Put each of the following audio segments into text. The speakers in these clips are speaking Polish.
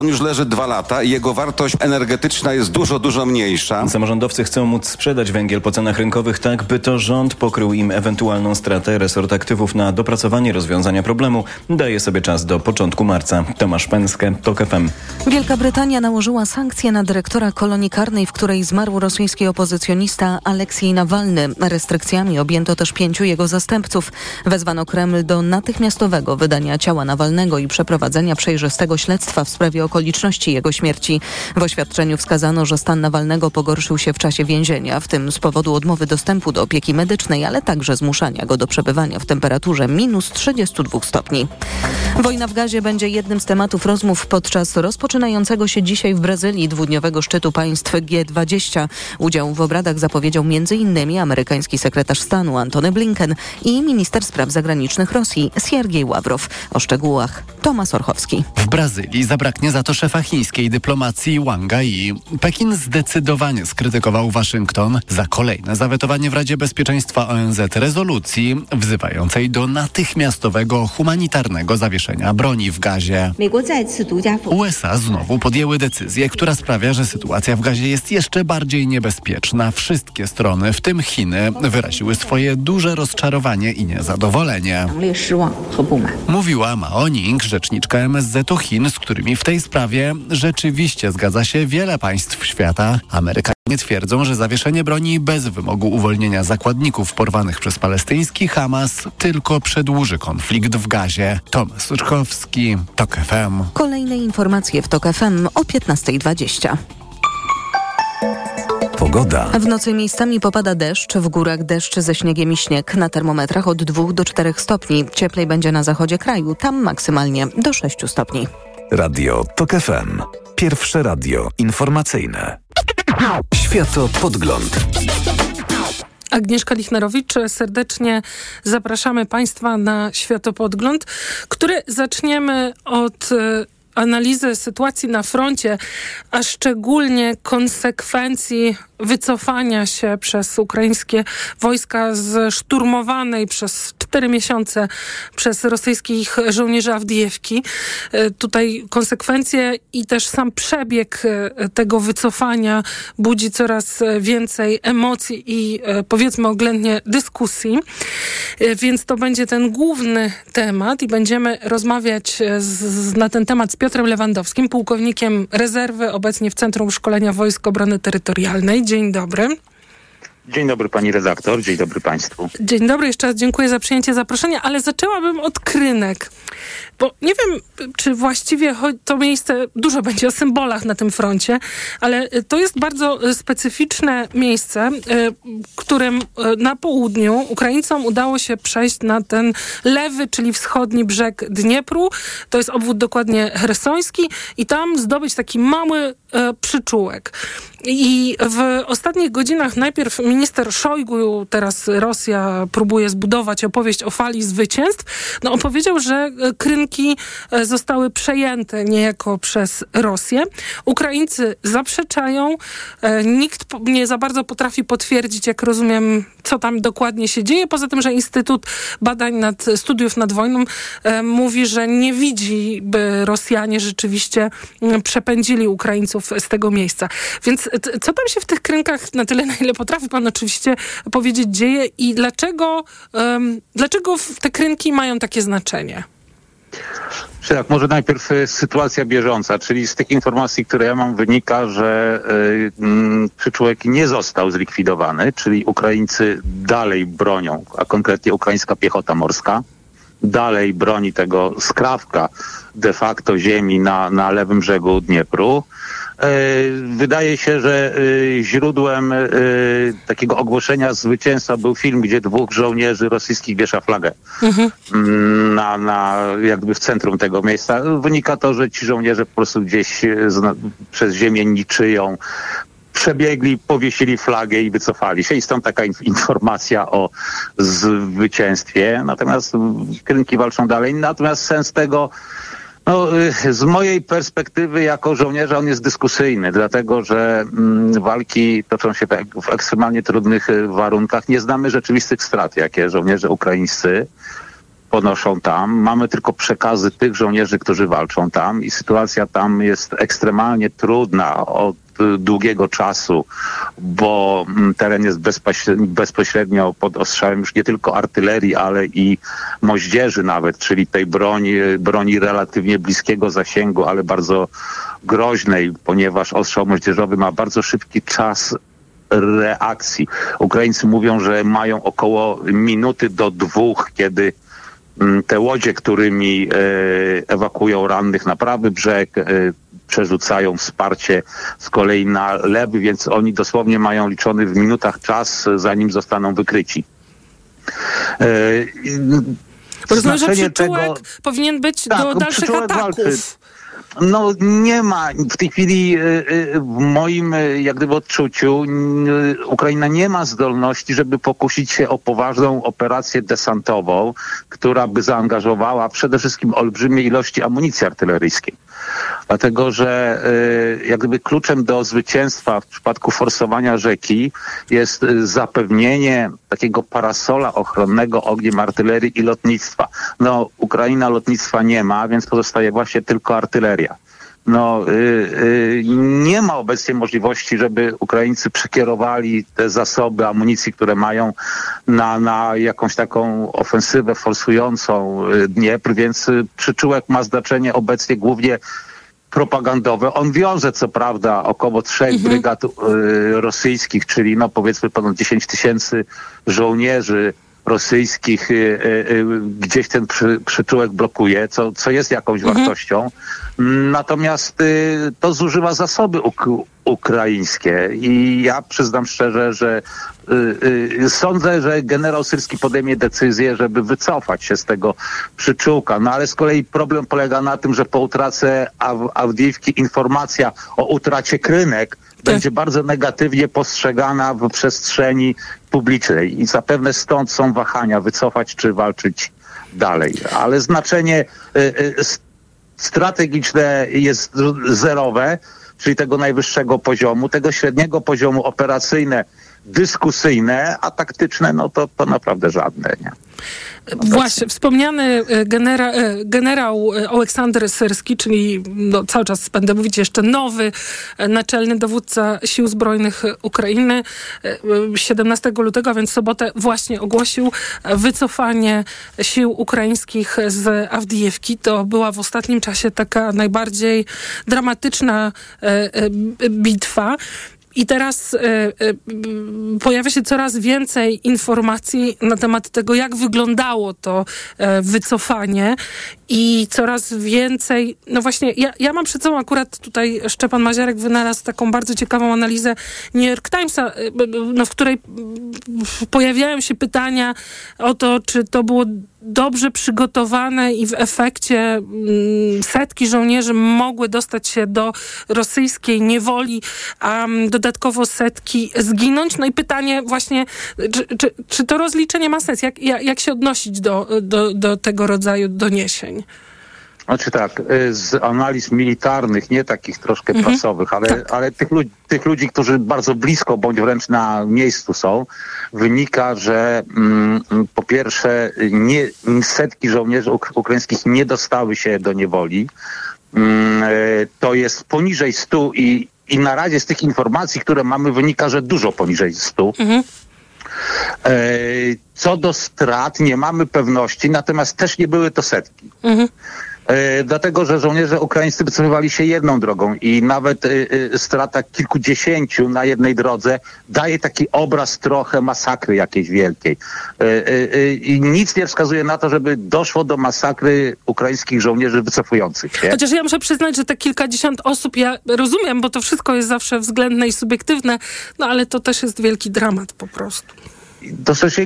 On już leży 2 lata i jego wartość energetyczna jest dużo mniejsza. Samorządowcy chcą móc sprzedać węgiel po cenach rynkowych tak, by to rząd pokrył im ewentualną stratę. Resort Aktywów na dopracowanie rozwiązania problemu daje sobie czas do początku marca. Tomasz Pęskę, TOK FM. Wielka Brytania nałożyła sankcje na dyrektora kolonii karnej, w której zmarł rosyjski opozycjonista Aleksiej Nawalny. Restrykcjami objęto też 5 jego zastępców. Wezwano Kreml do natychmiastowego wydania ciała Nawalnego i przeprowadzenia przejrzystego śledztwa w sprawie okoliczności jego śmierci. W oświadczeniu wskazano, że stan Nawalnego pogorszył się w czasie więzienia, w tym z powodu odmowy dostępu do opieki medycznej, ale także zmuszania go do przebywania w temperaturze -32 stopni. Wojna w gazie będzie jednym z tematów rozmów podczas rozpoczynającego się dzisiaj w Brazylii dwudniowego szczytu państw G20. Udział w obradach zapowiedział m.in. amerykański sekretarz stanu Antony Blinken i minister spraw zagranicznych Rosji Siergiej Ławrow. O szczegółach Tomasz Orchowski. W Brazylii zabraknie za to szefa chińskiej dyplomacji Wanga Yi. Pekin zdecydowanie skrytykował Waszyngton za kolejne zawetowanie w Radzie Bezpieczeństwa ONZ rezolucji wzywającej do natychmiastowego humanitarnego zawieszenia broni w gazie. USA znowu podjęły decyzję, która sprawia, że sytuacja w gazie jest jeszcze bardziej niebezpieczna. Wszystkie strony, w tym Chiny, wyraziły swoje duże rozczarowanie i niezadowolenie. Mówiła Mao Ning, rzeczniczka MSZ-u Chin, z którymi w tej sprawie rzeczywiście zgadza się wiele państw świata. Amerykanie twierdzą, że zawieszenie broni bez wymogu uwolnienia zakładników porwanych przez palestyński Hamas tylko przedłuży konflikt w gazie. Tomasz Urchowski, TOK FM. Kolejne informacje w TOK FM o 15:20. Pogoda. W nocy miejscami popada deszcz, w górach deszcz ze śniegiem i śnieg. Na termometrach od 2 do 4 stopni. Cieplej będzie na zachodzie kraju, tam maksymalnie do 6 stopni. Radio TOK FM. Pierwsze radio informacyjne. Światopodgląd. Agnieszka Lichnerowicz, serdecznie zapraszamy Państwa na Światopodgląd, który zaczniemy od analizy sytuacji na froncie, a szczególnie konsekwencji wycofania się przez ukraińskie wojska z szturmowanej przez 4 miesiące przez rosyjskich żołnierzy Awdijewki. Tutaj konsekwencje i też sam przebieg tego wycofania budzi coraz więcej emocji i powiedzmy oględnie dyskusji. Więc to będzie ten główny temat i będziemy rozmawiać na ten temat z Piotrem Lewandowskim, pułkownikiem rezerwy, obecnie w Centrum Szkolenia Wojsk Obrony Terytorialnej. Dzień dobry. Dzień dobry pani redaktor, dzień dobry państwu. Dzień dobry, jeszcze raz dziękuję za przyjęcie zaproszenia, ale zaczęłabym od Krynek, bo nie wiem, czy właściwie to miejsce, dużo będzie o symbolach na tym froncie, ale to jest bardzo specyficzne miejsce, którym na południu Ukraińcom udało się przejść na ten lewy, czyli wschodni brzeg Dniepru, to jest obwód dokładnie chersoński i tam zdobyć taki mały przyczółek. I w ostatnich godzinach najpierw minister Szojgu, teraz Rosja próbuje zbudować opowieść o fali zwycięstw, opowiedział, że Krynki zostały przejęte niejako przez Rosję. Ukraińcy zaprzeczają. Nikt nie za bardzo potrafi potwierdzić, jak rozumiem, co tam dokładnie się dzieje. Poza tym, że Instytut Badań Studiów nad Wojną mówi, że nie widzi, by Rosjanie rzeczywiście przepędzili Ukraińców z tego miejsca. Więc co tam się w tych Krynkach, na tyle, na ile potrafi pan oczywiście powiedzieć, dzieje i dlaczego te Krynki mają takie znaczenie? Tak, może najpierw sytuacja bieżąca, czyli z tych informacji, które ja mam, wynika, że przyczółek nie został zlikwidowany, czyli Ukraińcy dalej bronią, a konkretnie ukraińska piechota morska, dalej broni tego skrawka de facto ziemi na lewym brzegu Dniepru. Wydaje się, że źródłem takiego ogłoszenia zwycięstwa był film, gdzie 2 żołnierzy rosyjskich wiesza flagę jakby w centrum tego miejsca. Wynika to, że ci żołnierze po prostu gdzieś przez ziemię niczyją przebiegli, powiesili flagę i wycofali się. I stąd taka informacja o zwycięstwie. Natomiast Krynki walczą dalej. Natomiast sens tego, z mojej perspektywy jako żołnierza on jest dyskusyjny, dlatego że walki toczą się w ekstremalnie trudnych warunkach. Nie znamy rzeczywistych strat, jakie żołnierze ukraińscy ponoszą tam. Mamy tylko przekazy tych żołnierzy, którzy walczą tam i sytuacja tam jest ekstremalnie trudna od długiego czasu, bo teren jest bezpośrednio pod ostrzałem już nie tylko artylerii, ale i moździerzy nawet, czyli tej broni relatywnie bliskiego zasięgu, ale bardzo groźnej, ponieważ ostrzał moździerzowy ma bardzo szybki czas reakcji. Ukraińcy mówią, że mają około minuty do 2, kiedy te łodzie, którymi ewakuują rannych na prawy brzeg, przerzucają wsparcie z kolei na lewy, więc oni dosłownie mają liczony w minutach czas, zanim zostaną wykryci. Rozumiem, że przyczółek powinien być do dalszych ataków. Walczy. No nie ma. W tej chwili w moim jak gdyby odczuciu Ukraina nie ma zdolności, żeby pokusić się o poważną operację desantową, która by zaangażowała przede wszystkim olbrzymie ilości amunicji artyleryjskiej. Dlatego, że jak gdyby kluczem do zwycięstwa w przypadku forsowania rzeki jest zapewnienie takiego parasola ochronnego ogniem artylerii i lotnictwa. No, Ukraina lotnictwa nie ma, więc pozostaje właśnie tylko artyleria. No, nie ma obecnie możliwości, żeby Ukraińcy przekierowali te zasoby amunicji, które mają na jakąś taką ofensywę forsującą Dniepr, więc przyczółek ma znaczenie obecnie głównie propagandowe. On wiąże co prawda około 3 brygad rosyjskich, czyli no powiedzmy ponad 10 000 żołnierzy rosyjskich gdzieś ten przyczółek blokuje, co jest jakąś wartością. Natomiast to zużywa zasoby ukraińskie i ja przyznam szczerze, że sądzę, że generał Syrski podejmie decyzję, żeby wycofać się z tego przyczółka. No ale z kolei problem polega na tym, że po utracie Awdijiwki informacja o utracie Krynek będzie bardzo negatywnie postrzegana w przestrzeni publicznej i zapewne stąd są wahania wycofać czy walczyć dalej. Ale znaczenie strategiczne jest zerowe, czyli tego najwyższego poziomu, tego średniego poziomu operacyjne, dyskusyjne, a taktyczne, no to naprawdę żadne, nie? Właśnie, wspomniany generał Oleksander Syrski, czyli cały czas będę mówić jeszcze nowy naczelny dowódca Sił Zbrojnych Ukrainy, 17 lutego, a więc w sobotę właśnie ogłosił wycofanie sił ukraińskich z Awdijiwki. To była w ostatnim czasie taka najbardziej dramatyczna bitwa. I teraz pojawia się coraz więcej informacji na temat tego, jak wyglądało to wycofanie i coraz więcej, no właśnie, ja mam przed sobą akurat tutaj Szczepan Maziarek wynalazł taką bardzo ciekawą analizę New York Timesa, no, w której pojawiają się pytania o to, czy to było dobrze przygotowane i w efekcie setki żołnierzy mogły dostać się do rosyjskiej niewoli, a dodatkowo setki zginąć. No i pytanie właśnie, czy to rozliczenie ma sens? Jak się odnosić do tego rodzaju doniesień? Znaczy tak, z analiz militarnych, nie takich troszkę prasowych, ale tych ludzi, którzy bardzo blisko bądź wręcz na miejscu są, wynika, że po pierwsze setki żołnierzy ukraińskich nie dostały się do niewoli. To jest poniżej 100 i na razie z tych informacji, które mamy, wynika, że dużo poniżej 100. Co do strat nie mamy pewności, natomiast też nie były to setki. Dlatego, że żołnierze ukraińscy wycofywali się jedną drogą i nawet strata kilkudziesięciu na jednej drodze daje taki obraz trochę masakry jakiejś wielkiej. I nic nie wskazuje na to, żeby doszło do masakry ukraińskich żołnierzy wycofujących się. Chociaż ja muszę przyznać, że te kilkadziesiąt osób, ja rozumiem, bo to wszystko jest zawsze względne i subiektywne, no ale to też jest wielki dramat po prostu. To się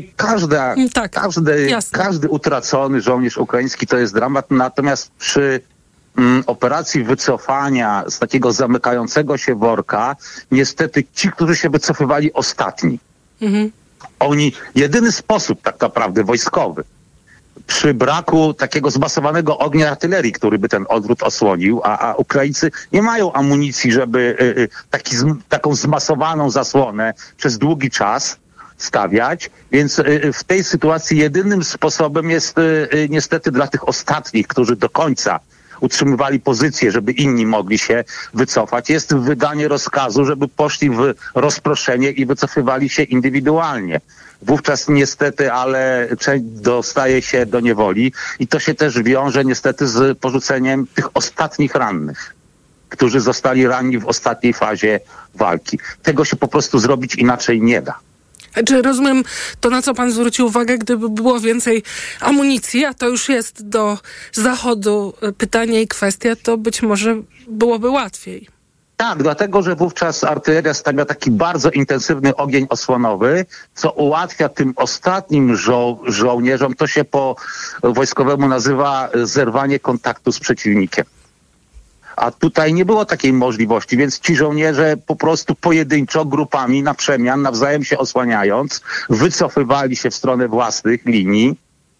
każdy utracony żołnierz ukraiński to jest dramat, natomiast przy operacji wycofania z takiego zamykającego się worka, niestety ci, którzy się wycofywali ostatni, oni, jedyny sposób tak naprawdę wojskowy, przy braku takiego zmasowanego ognia artylerii, który by ten odwrót osłonił, a Ukraińcy nie mają amunicji, żeby taką zmasowaną zasłonę przez długi czas stawiać, więc w tej sytuacji jedynym sposobem jest niestety dla tych ostatnich, którzy do końca utrzymywali pozycję, żeby inni mogli się wycofać, jest wydanie rozkazu, żeby poszli w rozproszenie i wycofywali się indywidualnie. Wówczas niestety, ale część dostaje się do niewoli i to się też wiąże niestety z porzuceniem tych ostatnich rannych, którzy zostali ranni w ostatniej fazie walki. Tego się po prostu zrobić inaczej nie da. Czy rozumiem to, na co pan zwrócił uwagę, gdyby było więcej amunicji, a to już jest do Zachodu pytanie i kwestia, to być może byłoby łatwiej. Tak, dlatego, że wówczas artyleria stawia taki bardzo intensywny ogień osłonowy, co ułatwia tym ostatnim żołnierzom, to się po wojskowemu nazywa zerwanie kontaktu z przeciwnikiem. A tutaj nie było takiej możliwości, więc ci żołnierze po prostu pojedynczo, grupami na przemian, nawzajem się osłaniając, wycofywali się w stronę własnych linii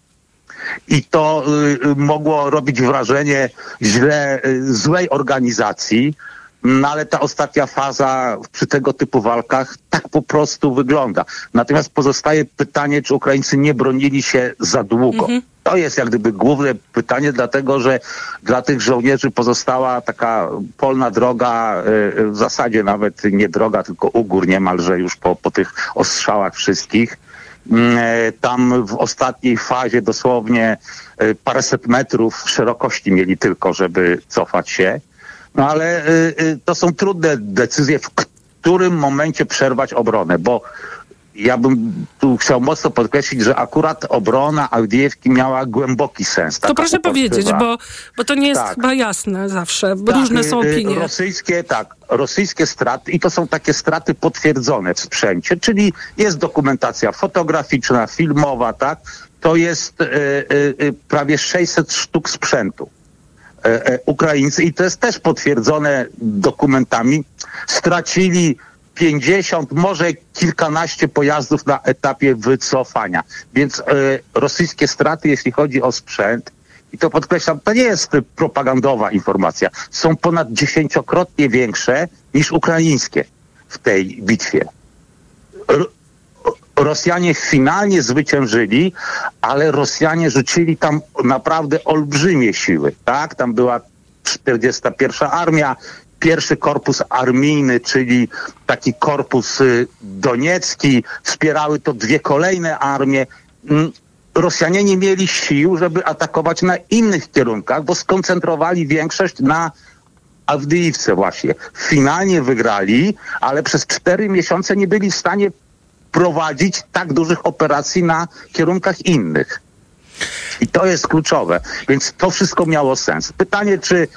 i to mogło robić wrażenie złej organizacji, no ale ta ostatnia faza przy tego typu walkach tak po prostu wygląda. Natomiast pozostaje pytanie, czy Ukraińcy nie bronili się za długo. To jest jak gdyby główne pytanie, dlatego że dla tych żołnierzy pozostała taka polna droga, w zasadzie nawet nie droga, tylko ugór niemalże już po tych ostrzałach wszystkich. Tam w ostatniej fazie dosłownie paręset metrów szerokości mieli tylko, żeby cofać się. No ale to są trudne decyzje, w którym momencie przerwać obronę, bo ja bym tu chciał mocno podkreślić, że akurat obrona Awdijewki miała głęboki sens. To proszę powiedzieć, bo to nie jest chyba jasne zawsze. Różne są opinie. Rosyjskie straty, i to są takie straty potwierdzone w sprzęcie, czyli jest dokumentacja fotograficzna, filmowa, tak? To jest prawie 600 sztuk sprzętu. Ukraińcy, i to jest też potwierdzone dokumentami, stracili 50, może kilkanaście pojazdów na etapie wycofania. Więc rosyjskie straty, jeśli chodzi o sprzęt, i to podkreślam, to nie jest propagandowa informacja, są ponad 10-krotnie większe niż ukraińskie w tej bitwie. Rosjanie finalnie zwyciężyli, ale Rosjanie rzucili tam naprawdę olbrzymie siły, tak? Tam była 41. Armia, pierwszy korpus armijny, czyli taki korpus doniecki, wspierały to dwie kolejne armie. Rosjanie nie mieli sił, żeby atakować na innych kierunkach, bo skoncentrowali większość na Awdijivce właśnie. Finalnie wygrali, ale przez 4 miesiące nie byli w stanie prowadzić tak dużych operacji na kierunkach innych. I to jest kluczowe. Więc to wszystko miało sens. Pytanie, czy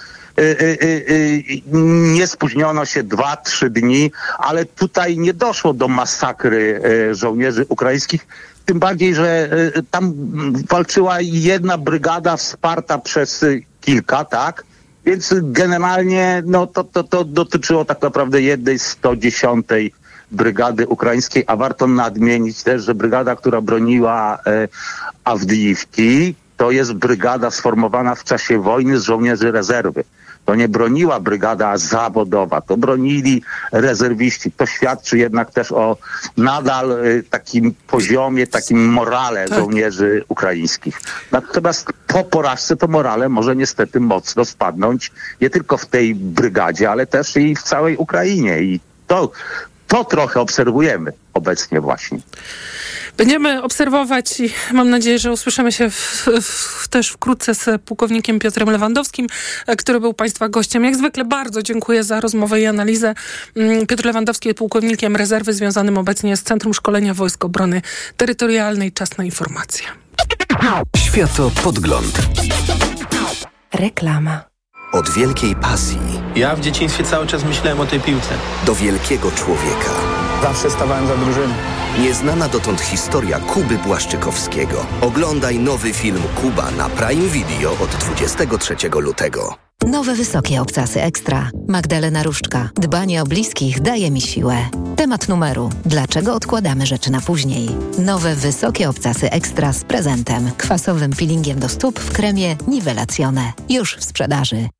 nie spóźniono się 2-3 dni, ale tutaj nie doszło do masakry żołnierzy ukraińskich, tym bardziej, że tam walczyła jedna brygada wsparta przez kilka, tak? Więc generalnie no, to dotyczyło tak naprawdę jednej 110. brygady ukraińskiej, a warto nadmienić też, że brygada, która broniła Awdijivki, to jest brygada sformowana w czasie wojny z żołnierzy rezerwy. To nie broniła brygada zawodowa, to bronili rezerwiści. To świadczy jednak też o nadal takim poziomie, takim morale żołnierzy ukraińskich. Natomiast po porażce to morale może niestety mocno spadnąć nie tylko w tej brygadzie, ale też i w całej Ukrainie. I to trochę obserwujemy obecnie właśnie. Będziemy obserwować i mam nadzieję, że usłyszymy się też wkrótce z pułkownikiem Piotrem Lewandowskim, który był Państwa gościem. Jak zwykle bardzo dziękuję za rozmowę i analizę. Piotr Lewandowski jest pułkownikiem rezerwy związanym obecnie z Centrum Szkolenia Wojsk Obrony Terytorialnej. Czas na informacje. Światopodgląd. Reklama. Od wielkiej pasji. Ja w dzieciństwie cały czas myślałem o tej piłce. Do wielkiego człowieka. Zawsze stawałem za drużyną. Nieznana dotąd historia Kuby Błaszczykowskiego. Oglądaj nowy film Kuba na Prime Video od 23 lutego. Nowe wysokie obcasy ekstra. Magdalena Różczka. Dbanie o bliskich daje mi siłę. Temat numeru. Dlaczego odkładamy rzeczy na później? Nowe wysokie obcasy ekstra z prezentem. Kwasowym peelingiem do stóp w kremie Nivelazione. Już w sprzedaży.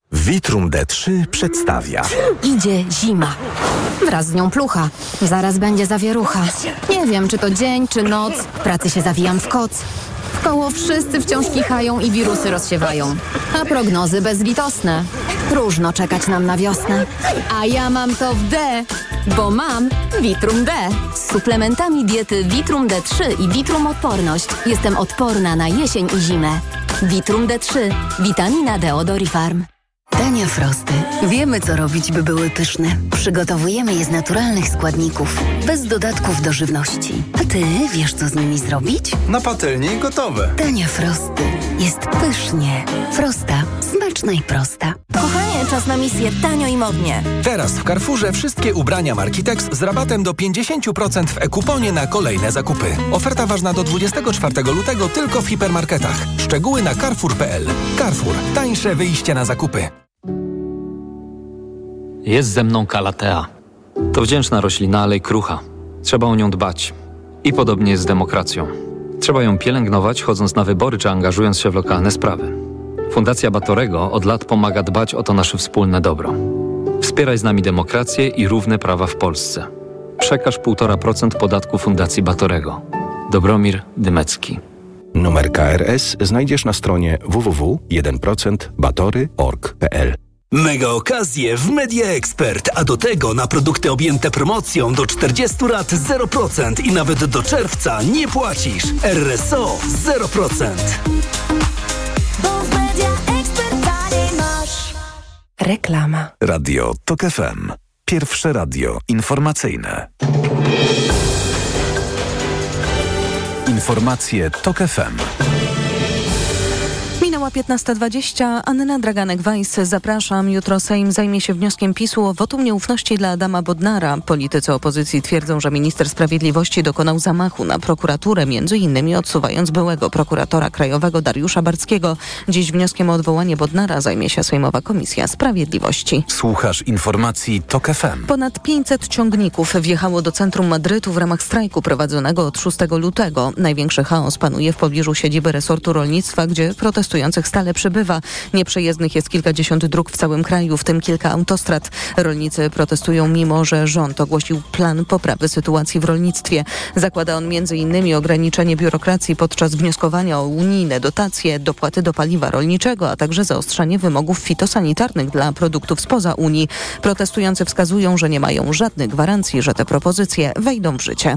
Vitrum D3 przedstawia. Idzie zima. Wraz z nią plucha. Zaraz będzie zawierucha. Nie wiem, czy to dzień, czy noc. W pracy się zawijam w koc. Wkoło wszyscy wciąż kichają i wirusy rozsiewają. A prognozy bezlitosne. Próżno czekać nam na wiosnę. A ja mam to w D, bo mam Vitrum D. Z suplementami diety Vitrum D3 i Vitrum Odporność jestem odporna na jesień i zimę. Vitrum D3. Witamina D od Orifarm. Tania Frosty. Wiemy, co robić, by były pyszne. Przygotowujemy je z naturalnych składników, bez dodatków do żywności. A ty wiesz, co z nimi zrobić? Na patelni i gotowe. Tania Frosty. Jest pysznie. Frosta. Smaczna i prosta. Kochanie, czas na misję tanio i modnie. Teraz w Carrefourze wszystkie ubrania marki Tex z rabatem do 50% w e-kuponie na kolejne zakupy. Oferta ważna do 24 lutego tylko w hipermarketach. Szczegóły na carrefour.pl. Carrefour. Tańsze wyjście na zakupy. Jest ze mną Calathea. To wdzięczna roślina, ale i krucha. Trzeba o nią dbać. I podobnie jest z demokracją. Trzeba ją pielęgnować, chodząc na wybory czy angażując się w lokalne sprawy. Fundacja Batorego od lat pomaga dbać o to nasze wspólne dobro. Wspieraj z nami demokrację i równe prawa w Polsce. Przekaż 1,5% podatku Fundacji Batorego. Dobromir Dymecki. Numer KRS znajdziesz na stronie www.1%batory.org.pl. Mega okazje w Media Expert, a do tego na produkty objęte promocją do 40 lat 0% i nawet do czerwca nie płacisz. RSO 0%. Bo w Media Expert taniej masz. Reklama. Radio TOK FM. Pierwsze radio informacyjne. Informacje TOK FM. Minęła 15:20. Anna Draganek-Weiss, zapraszam. Jutro Sejm zajmie się wnioskiem PiS-u o wotum nieufności dla Adama Bodnara. Politycy opozycji twierdzą, że minister sprawiedliwości dokonał zamachu na prokuraturę, między innymi odsuwając byłego prokuratora krajowego Dariusza Barckiego. Dziś wnioskiem o odwołanie Bodnara zajmie się Sejmowa Komisja Sprawiedliwości. Słuchasz informacji TOK FM. Ponad 500 ciągników wjechało do centrum Madrytu w ramach strajku prowadzonego od 6 lutego. Największy chaos panuje w pobliżu siedziby resortu rolnictwa, gdzie protestujących stale przybywa. Nieprzejezdnych jest kilkadziesiąt dróg w całym kraju, w tym kilka autostrad. Rolnicy protestują, mimo że rząd ogłosił plan poprawy sytuacji w rolnictwie. Zakłada on m.in. ograniczenie biurokracji podczas wnioskowania o unijne dotacje, dopłaty do paliwa rolniczego, a także zaostrzenie wymogów fitosanitarnych dla produktów spoza Unii. Protestujący wskazują, że nie mają żadnych gwarancji, że te propozycje wejdą w życie.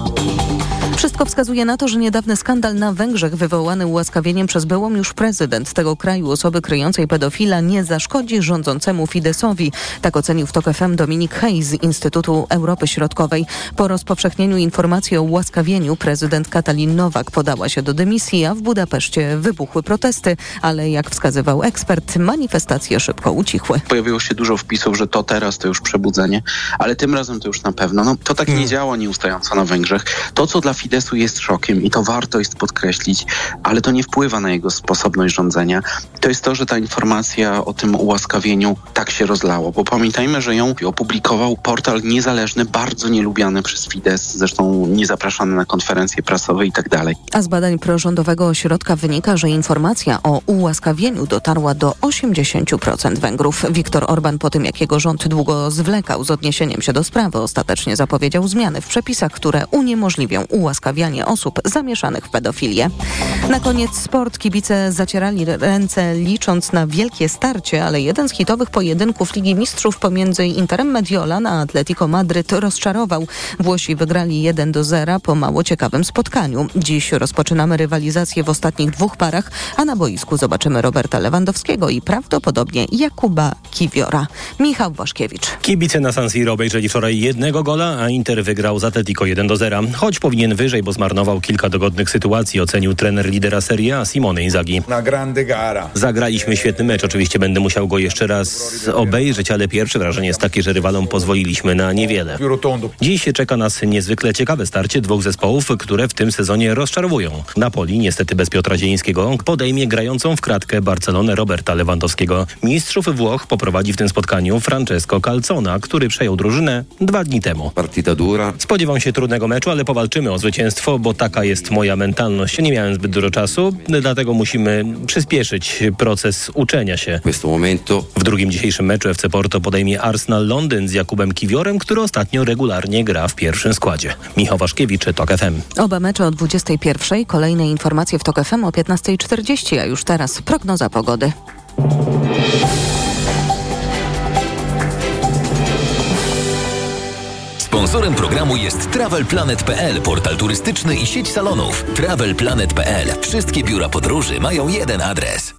Wszystko wskazuje na to, że niedawny skandal na Węgrzech wywołany ułaskawieniem przez byłą już prezydent tego kraju osoby kryjącej pedofila nie zaszkodzi rządzącemu Fideszowi. Tak ocenił w TOK FM Dominik Hayes z Instytutu Europy Środkowej. Po rozpowszechnieniu informacji o ułaskawieniu prezydent Katalin Nowak podała się do dymisji, a w Budapeszcie wybuchły protesty, ale jak wskazywał ekspert, manifestacje szybko ucichły. Pojawiło się dużo wpisów, że to teraz to już przebudzenie, ale tym razem to już na pewno. No, to tak nie działa nieustająco na Węgrzech. To, co dla Fideszu jest szokiem i to warto jest podkreślić, ale to nie wpływa na jego sposobność rządzenia. To jest to, że ta informacja o tym ułaskawieniu tak się rozlało, bo pamiętajmy, że ją opublikował portal niezależny, bardzo nielubiany przez Fidesz, zresztą niezapraszany na konferencje prasowe i tak dalej. A z badań prorządowego ośrodka wynika, że informacja o ułaskawieniu dotarła do 80% Węgrów. Viktor Orban po tym, jak jego rząd długo zwlekał z odniesieniem się do sprawy, ostatecznie zapowiedział zmiany w przepisach, które uniemożliwią ułaskawianie osób zamieszanych w pedofilię. Na koniec sport. Kibice zacierali ręce, licząc na wielkie starcie, ale jeden z hitowych pojedynków Ligi Mistrzów pomiędzy Interem Mediolan a Atletico Madryt rozczarował. Włosi wygrali 1-0 po mało ciekawym spotkaniu. Dziś rozpoczynamy rywalizację w ostatnich dwóch parach, a na boisku zobaczymy Roberta Lewandowskiego i prawdopodobnie Jakuba Kiwiora. Michał Waszkiewicz. Kibice na San Siro obejrzeli wczoraj jednego gola, a Inter wygrał z Atletico 1-0. Choć powinien wyżej, bo zmarnował kilka dogodnych sytuacji, ocenił trener lidera Serie A Simone Inzaghi. Zagraliśmy świetny mecz, oczywiście będę musiał go jeszcze raz obejrzeć, ale pierwsze wrażenie jest takie, że rywalom pozwoliliśmy na niewiele. Dziś czeka nas niezwykle ciekawe starcie dwóch zespołów, które w tym sezonie rozczarowują. Napoli, niestety bez Piotra Zielińskiego, podejmie grającą w kratkę Barcelonę Roberta Lewandowskiego. Mistrzów Włoch poprowadzi w tym spotkaniu Francesco Calzona, który przejął drużynę 2 dni temu. Spodziewam się trudnego meczu, ale powalczymy o zwycięstwo. zwycięstwo, bo taka jest moja mentalność. Nie miałem zbyt dużo czasu, dlatego musimy przyspieszyć proces uczenia się. W drugim dzisiejszym meczu FC Porto podejmie Arsenal Londyn z Jakubem Kiwiorem, który ostatnio regularnie gra w pierwszym składzie. Michał Waszkiewicz, TOK FM. Oba mecze o 21:00. Kolejne informacje w TOK FM o 15:40, a już teraz prognoza pogody. Sponsorem programu jest TravelPlanet.pl, portal turystyczny i sieć salonów. TravelPlanet.pl. Wszystkie biura podróży mają jeden adres.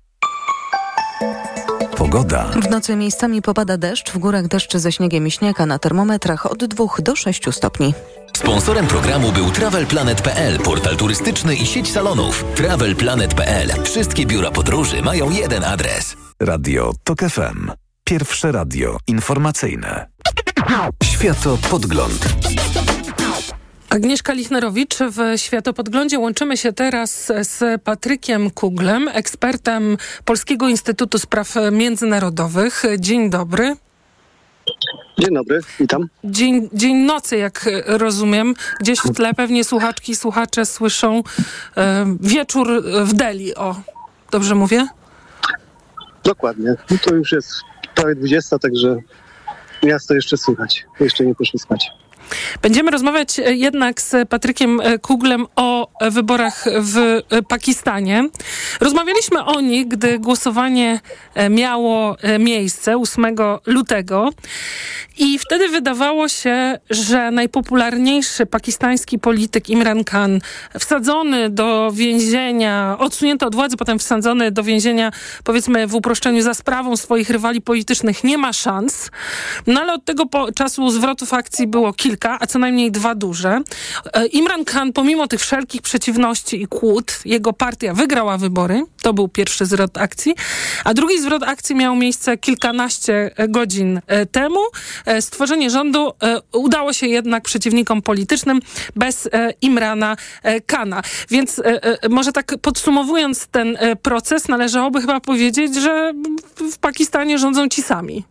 Pogoda. W nocy miejscami popada deszcz, w górach deszcz ze śniegiem i śnieg, a na termometrach od 2 do 6 stopni. Sponsorem programu był TravelPlanet.pl, portal turystyczny i sieć salonów. TravelPlanet.pl. Wszystkie biura podróży mają jeden adres. Radio TOK FM. Pierwsze radio informacyjne. Światopodgląd. Agnieszka Lichnerowicz w Światopodglądzie. Łączymy się teraz z Patrykiem Kuglem, ekspertem Polskiego Instytutu Spraw Międzynarodowych. Dzień dobry. Dzień dobry, witam. Dzień nocy, jak rozumiem. Gdzieś w tle pewnie słuchaczki i słuchacze słyszą wieczór w Delhi. O, dobrze mówię? Dokładnie. No to już jest prawie 20, także miasto jeszcze słychać. Jeszcze nie poszło spać. Będziemy rozmawiać jednak z Patrykiem Kuglem o wyborach w Pakistanie. Rozmawialiśmy o nich, gdy głosowanie miało miejsce 8 lutego i wtedy wydawało się, że najpopularniejszy pakistański polityk Imran Khan, wsadzony do więzienia, odsunięty od władzy, potem wsadzony do więzienia, powiedzmy w uproszczeniu, za sprawą swoich rywali politycznych, nie ma szans. No ale od tego czasu zwrotów akcji było kilka, a co najmniej 2 duże. Imran Khan, pomimo tych wszelkich przeciwności i kłód, jego partia wygrała wybory. To był pierwszy zwrot akcji. A drugi zwrot akcji miał miejsce kilkanaście godzin temu. Stworzenie rządu udało się jednak przeciwnikom politycznym bez Imrana Khana. Więc może tak podsumowując ten proces, należałoby chyba powiedzieć, że w Pakistanie rządzą ci sami.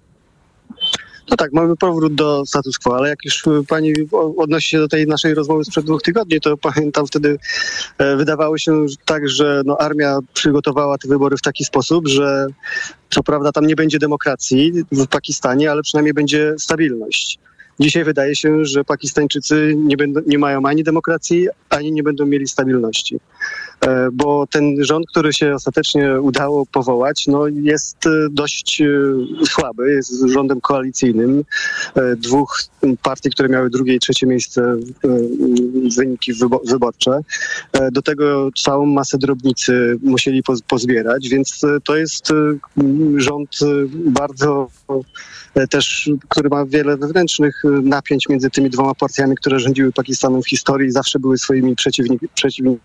No tak, mamy powrót do status quo, ale jak już pani odnosi się do tej naszej rozmowy sprzed 2 tygodni, to pamiętam wtedy wydawało się tak, że armia przygotowała te wybory w taki sposób, że co prawda tam nie będzie demokracji w Pakistanie, ale przynajmniej będzie stabilność. Dzisiaj wydaje się, że Pakistańczycy nie mają ani demokracji, ani nie będą mieli stabilności. Bo ten rząd, który się ostatecznie udało powołać, jest dość słaby, jest rządem koalicyjnym 2 partii, które miały 2. i 3. miejsce wyniki wyborcze. Do tego całą masę drobnicy musieli pozbierać, więc to jest rząd bardzo też, który ma wiele wewnętrznych napięć między tymi 2 partiami, które rządziły Pakistanem w historii, zawsze były swoimi przeciwnikami.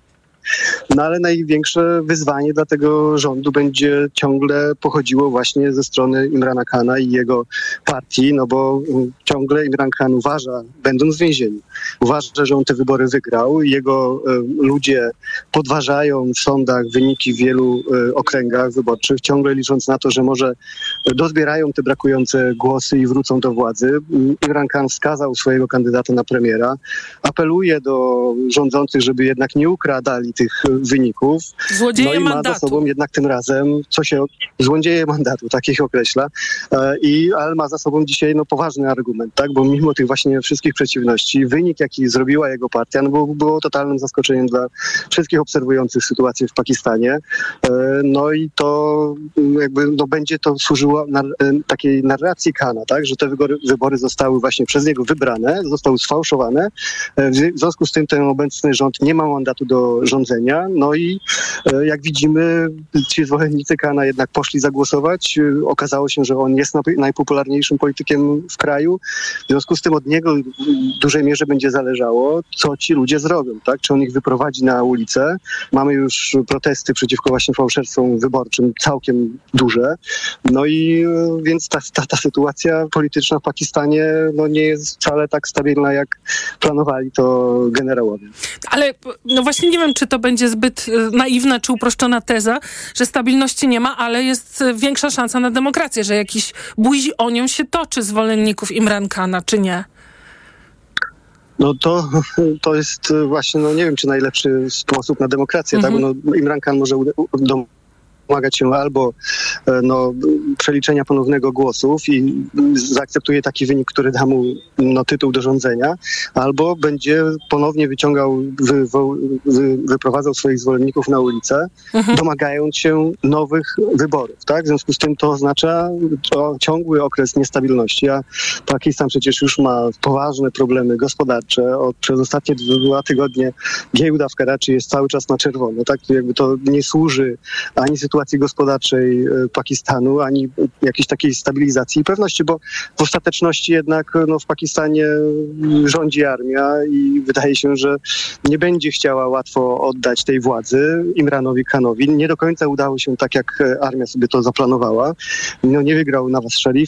No ale największe wyzwanie dla tego rządu będzie ciągle pochodziło właśnie ze strony Imrana Khana i jego partii, bo ciągle Imran Khan uważa, będąc w więzieniu, uważa, że on te wybory wygrał. Jego ludzie podważają w sądach wyniki w wielu okręgach wyborczych, ciągle licząc na to, że może dozbierają te brakujące głosy i wrócą do władzy. Imran Khan wskazał swojego kandydata na premiera, apeluje do rządzących, żeby jednak nie ukradali tych wyników. Złodzieje ma mandatu. za sobą jednak tym razem, złodzieje mandatu, tak ich określa, ale ma za sobą dzisiaj poważny argument, tak? Bo mimo tych właśnie wszystkich przeciwności, wynik, jaki zrobiła jego partia, było totalnym zaskoczeniem dla wszystkich obserwujących sytuację w Pakistanie. I to będzie to służyło takiej narracji Khana, tak? Że te wybory zostały właśnie przez niego wybrane, zostały sfałszowane. W związku z tym ten obecny rząd nie ma mandatu do rządzenia. I jak widzimy, ci zwolennicy Khana jednak poszli zagłosować. Okazało się, że on jest najpopularniejszym politykiem w kraju. W związku z tym od niego w dużej mierze będzie zależało, co ci ludzie zrobią, tak? Czy on ich wyprowadzi na ulicę. Mamy już protesty przeciwko właśnie fałszerstwom wyborczym całkiem duże. Więc ta sytuacja polityczna w Pakistanie nie jest wcale tak stabilna, jak planowali to generałowie. Ale właśnie nie wiem, czy to będzie zbyt naiwna czy uproszczona teza, że stabilności nie ma, ale jest większa szansa na demokrację, że jakiś bój o nią się toczy zwolenników Imran Khana, czy nie? No to jest właśnie, nie wiem, czy najlepszy sposób na demokrację, tak? Bo Imran Khan może domagać się albo przeliczenia ponownego głosów i zaakceptuje taki wynik, który da mu tytuł do rządzenia, albo będzie ponownie wyprowadzał swoich zwolenników na ulicę, domagając się nowych wyborów. Tak? W związku z tym to oznacza ciągły okres niestabilności, a Pakistan przecież już ma poważne problemy gospodarcze. Przez ostatnie 2 tygodnie giełda w Karachi jest cały czas na czerwono. Tak? Jakby to nie służy ani sytuacji gospodarczej Pakistanu, ani jakiejś takiej stabilizacji i pewności, bo w ostateczności jednak w Pakistanie rządzi armia i wydaje się, że nie będzie chciała łatwo oddać tej władzy Imranowi Khanowi. Nie do końca udało się tak, jak armia sobie to zaplanowała. Nie wygrał Nawaz Sharif,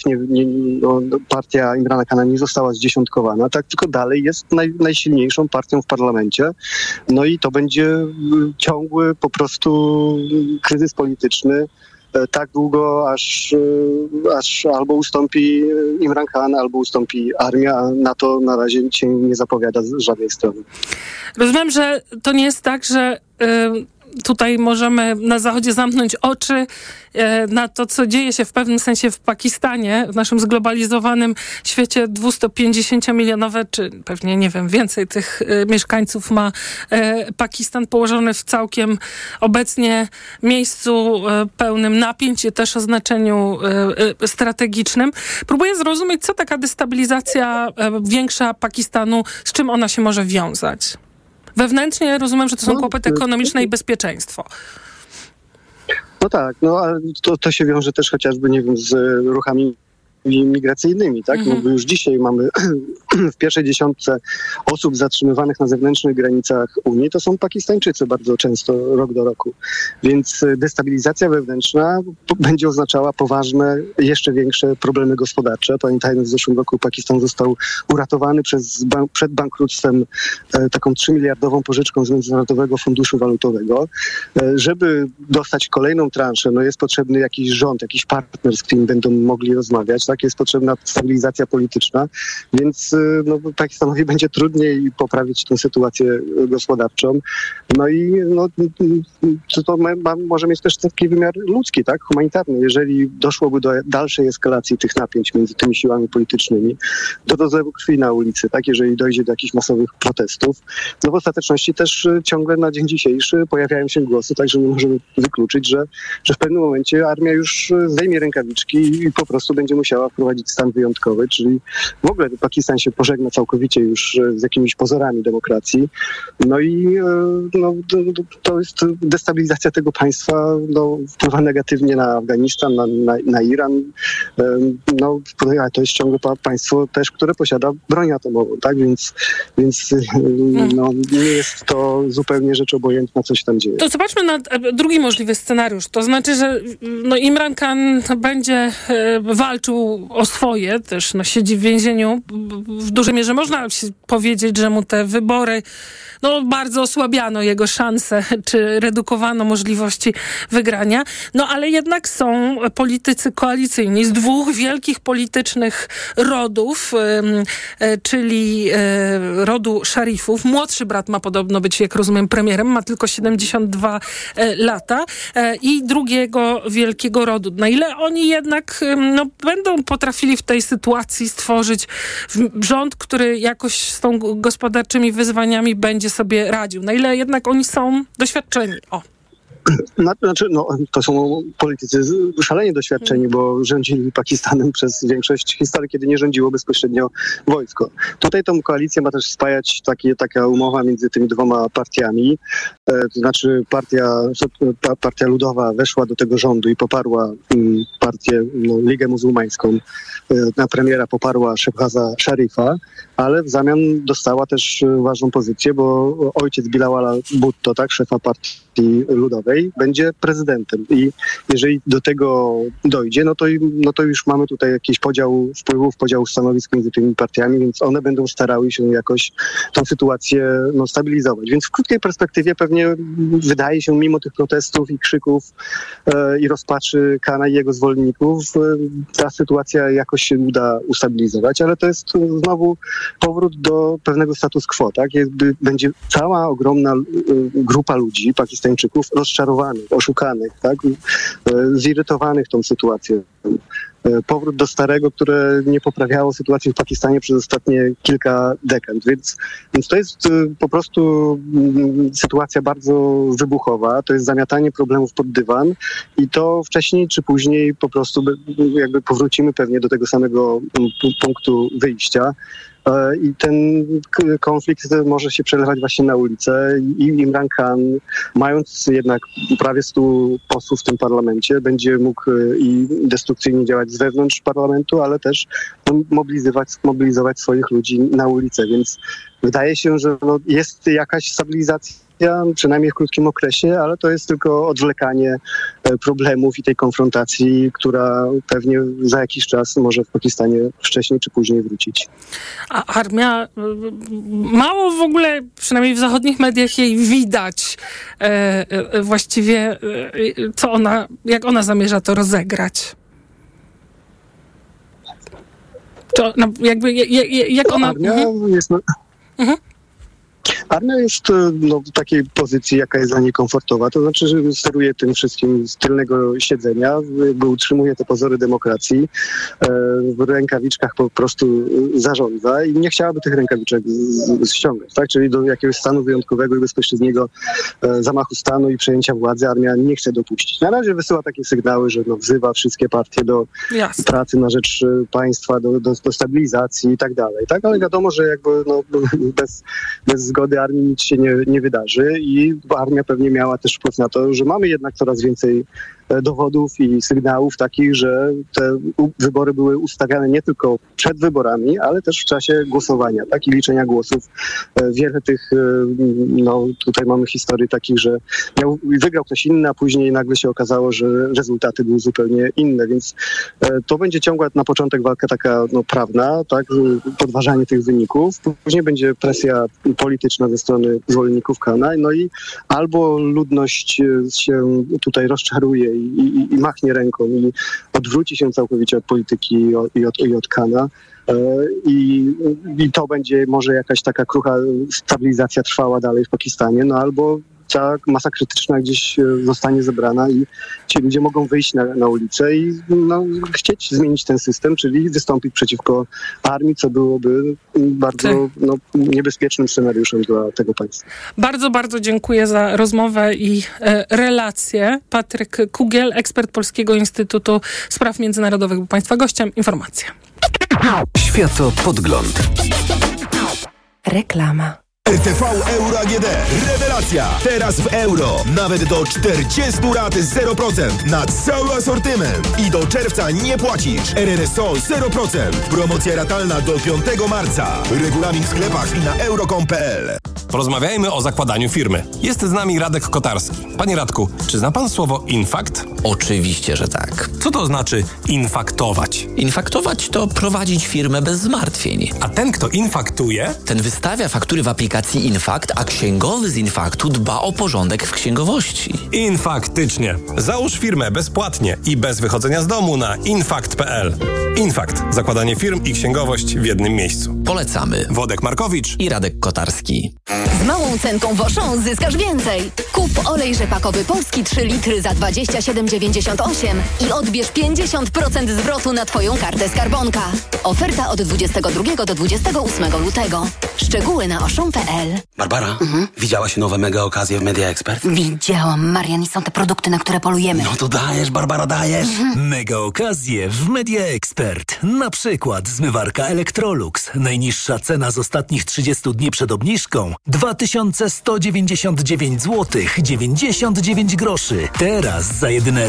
partia Imrana Khana nie została zdziesiątkowana, tak, tylko dalej jest najsilniejszą partią w parlamencie. No i to będzie ciągły po prostu kryzys polityczny tak długo, aż albo ustąpi Imran Khan, albo ustąpi armia, a na to na razie się nie zapowiada z żadnej strony. Rozumiem, że to nie jest tak, że tutaj możemy na Zachodzie zamknąć oczy na to, co dzieje się w pewnym sensie w Pakistanie, w naszym zglobalizowanym świecie 250-milionowe, czy pewnie, nie wiem, więcej tych mieszkańców ma Pakistan, położony w całkiem obecnie miejscu pełnym napięć i też o znaczeniu strategicznym. Próbuję zrozumieć, co taka destabilizacja większa Pakistanu, z czym ona się może wiązać. Wewnętrznie rozumiem, że to są kłopoty ekonomiczne i bezpieczeństwo. No tak, ale to się wiąże też chociażby, nie wiem, z ruchami migracyjnymi, tak? Bo już dzisiaj mamy w pierwszej 10 osób zatrzymywanych na zewnętrznych granicach Unii, to są Pakistańczycy bardzo często, rok do roku. Więc destabilizacja wewnętrzna będzie oznaczała poważne, jeszcze większe problemy gospodarcze. Pamiętajmy, w zeszłym roku Pakistan został uratowany przed bankructwem taką 3-miliardową pożyczką z Międzynarodowego Funduszu Walutowego. Żeby dostać kolejną transzę, jest potrzebny jakiś rząd, jakiś partner, z którym będą mogli rozmawiać, tak? Jest potrzebna stabilizacja polityczna, więc Pakistanowi będzie trudniej poprawić tę sytuację gospodarczą. To może mieć też taki wymiar ludzki, tak, humanitarny. Jeżeli doszłoby do dalszej eskalacji tych napięć między tymi siłami politycznymi, do rozlewu krwi na ulicy, tak, jeżeli dojdzie do jakichś masowych protestów, w ostateczności też ciągle na dzień dzisiejszy pojawiają się głosy, także nie możemy wykluczyć, że w pewnym momencie armia już zdejmie rękawiczki i po prostu będzie musiała wprowadzić stan wyjątkowy, czyli w ogóle Pakistan się pożegna całkowicie już z jakimiś pozorami demokracji. To jest destabilizacja tego państwa, wpływa negatywnie na Afganistan, na Iran. To jest ciągle państwo też, które posiada broń atomową, tak? Więc nie jest to zupełnie rzecz obojętna, co się tam dzieje. To zobaczmy na drugi możliwy scenariusz. To znaczy, że Imran Khan będzie walczył o swoje, też siedzi w więzieniu. W dużej mierze można powiedzieć, że mu te wybory bardzo osłabiano jego szanse, czy redukowano możliwości wygrania. Ale jednak są politycy koalicyjni z 2 wielkich politycznych rodów, czyli rodu Sharifów. Młodszy brat ma podobno być, jak rozumiem, premierem, ma tylko 72 lata i drugiego wielkiego rodu. Na ile oni jednak będą potrafili w tej sytuacji stworzyć rząd, który jakoś z tą gospodarczymi wyzwaniami będzie sobie radził. Na ile jednak oni są doświadczeni. To są politycy szalenie doświadczeni, bo rządzili Pakistanem przez większość historii, kiedy nie rządziło bezpośrednio wojsko. Tutaj tą koalicję ma też spajać taka umowa między tymi 2 partiami. To znaczy partia Ludowa weszła do tego rządu i poparła partię, Ligę Muzułmańską. Na premiera poparła Shehbaza Sharifa, ale w zamian dostała też ważną pozycję, bo ojciec Bilawala Bhutto, tak, szefa partii Ludowej, dalej, będzie prezydentem. I jeżeli do tego dojdzie, no to już mamy tutaj jakiś podział wpływów, podział stanowisk między tymi partiami, więc one będą starały się jakoś tą sytuację stabilizować. Więc w krótkiej perspektywie pewnie wydaje się, mimo tych protestów i krzyków i rozpaczy Kana i jego zwolenników, ta sytuacja jakoś się uda ustabilizować, ale to jest znowu powrót do pewnego status quo, tak? Jakby będzie cała ogromna grupa ludzi, Pakistańczyków, rozczarowanych, oszukanych, tak? Zirytowanych tą sytuacją. Powrót do starego, które nie poprawiało sytuacji w Pakistanie przez ostatnie kilka dekad. Więc to jest po prostu sytuacja bardzo wybuchowa, to jest zamiatanie problemów pod dywan i to wcześniej czy później po prostu jakby powrócimy pewnie do tego samego punktu wyjścia. I ten konflikt może się przelewać właśnie na ulicę i Imran Khan, mając jednak prawie 100 posłów w tym parlamencie, będzie mógł i destrukcyjnie działać z wewnątrz parlamentu, ale też mobilizować swoich ludzi na ulicę, więc wydaje się, że jest jakaś stabilizacja, przynajmniej w krótkim okresie, ale to jest tylko odwlekanie problemów i tej konfrontacji, która pewnie za jakiś czas może w Pakistanie wcześniej czy później wrócić. A armia, mało w ogóle, przynajmniej w zachodnich mediach jej widać właściwie, jak ona zamierza to rozegrać. To jakby, jak ona... Armia jest... Armia jest w takiej pozycji, jaka jest dla niej komfortowa, to znaczy, że steruje tym wszystkim z tylnego siedzenia, jakby utrzymuje te pozory demokracji, w rękawiczkach po prostu zarządza i nie chciałaby tych rękawiczek ściągać, tak? Czyli do jakiegoś stanu wyjątkowego i bezpośredniego zamachu stanu i przejęcia władzy armia nie chce dopuścić. Na razie wysyła takie sygnały, że wzywa wszystkie partie do pracy na rzecz państwa, do stabilizacji i tak dalej, tak? Ale wiadomo, że jakby bez zgody armii nic się nie wydarzy i armia pewnie miała też wpływ na to, że mamy jednak coraz więcej dowodów i sygnałów takich, że te wybory były ustawiane nie tylko przed wyborami, ale też w czasie głosowania, tak, i liczenia głosów. Wiele tych, tutaj mamy historii takich, że wygrał ktoś inny, a później nagle się okazało, że rezultaty były zupełnie inne, więc to będzie ciągła na początek walka taka prawna, tak, podważanie tych wyników, później będzie presja polityczna ze strony zwolenników Kana, no i albo ludność się tutaj rozczaruje i machnie ręką i odwróci się całkowicie od polityki i od Kana. I to będzie może jakaś taka krucha stabilizacja trwała dalej w Pakistanie, albo ta masa krytyczna gdzieś zostanie zebrana i ci ludzie mogą wyjść na ulicę i chcieć zmienić ten system, czyli wystąpić przeciwko armii, co byłoby bardzo niebezpiecznym scenariuszem dla tego państwa. Bardzo, bardzo dziękuję za rozmowę i relację. Patryk Kugiel, ekspert Polskiego Instytutu Spraw Międzynarodowych, był Państwa gościem. Informacja. Światopodgląd. Reklama. RTV Euro AGD. Rewelacja! Teraz w euro. Nawet do 40 rat 0% na cały asortyment. I do czerwca nie płacisz. RRSO 0%. Promocja ratalna do 5 marca. Regulamin w sklepach i na euro.com.pl. Porozmawiajmy o zakładaniu firmy. Jest z nami Radek Kotarski. Panie Radku, czy zna pan słowo infakt? Oczywiście, że tak. Co to znaczy infaktować? Infaktować to prowadzić firmę bez zmartwień. A ten, kto infaktuje? Ten wystawia faktury w aplikacji Infakt, a księgowy z Infaktu dba o porządek w księgowości. Infaktycznie. Załóż firmę bezpłatnie i bez wychodzenia z domu na infakt.pl. Infakt. Zakładanie firm i księgowość w jednym miejscu. Polecamy. Wodek Markowicz i Radek Kotarski. Z małą cenką Auchan zyskasz więcej. Kup olej rzepakowy polski 3 litry za 27,98 i odbierz 50% zwrotu na Twoją kartę Skarbonka. Oferta od 22 do 28 lutego. Szczegóły na auchan.pl. Barbara, widziałaś nowe mega okazje w Media Expert? Widziałam, Marian, i są te produkty, na które polujemy. No to dajesz, Barbara, dajesz. Mega okazje w Media Expert. Na przykład zmywarka Electrolux. Najniższa cena z ostatnich 30 dni przed obniżką 2199 zł 99 groszy. Teraz za jedyne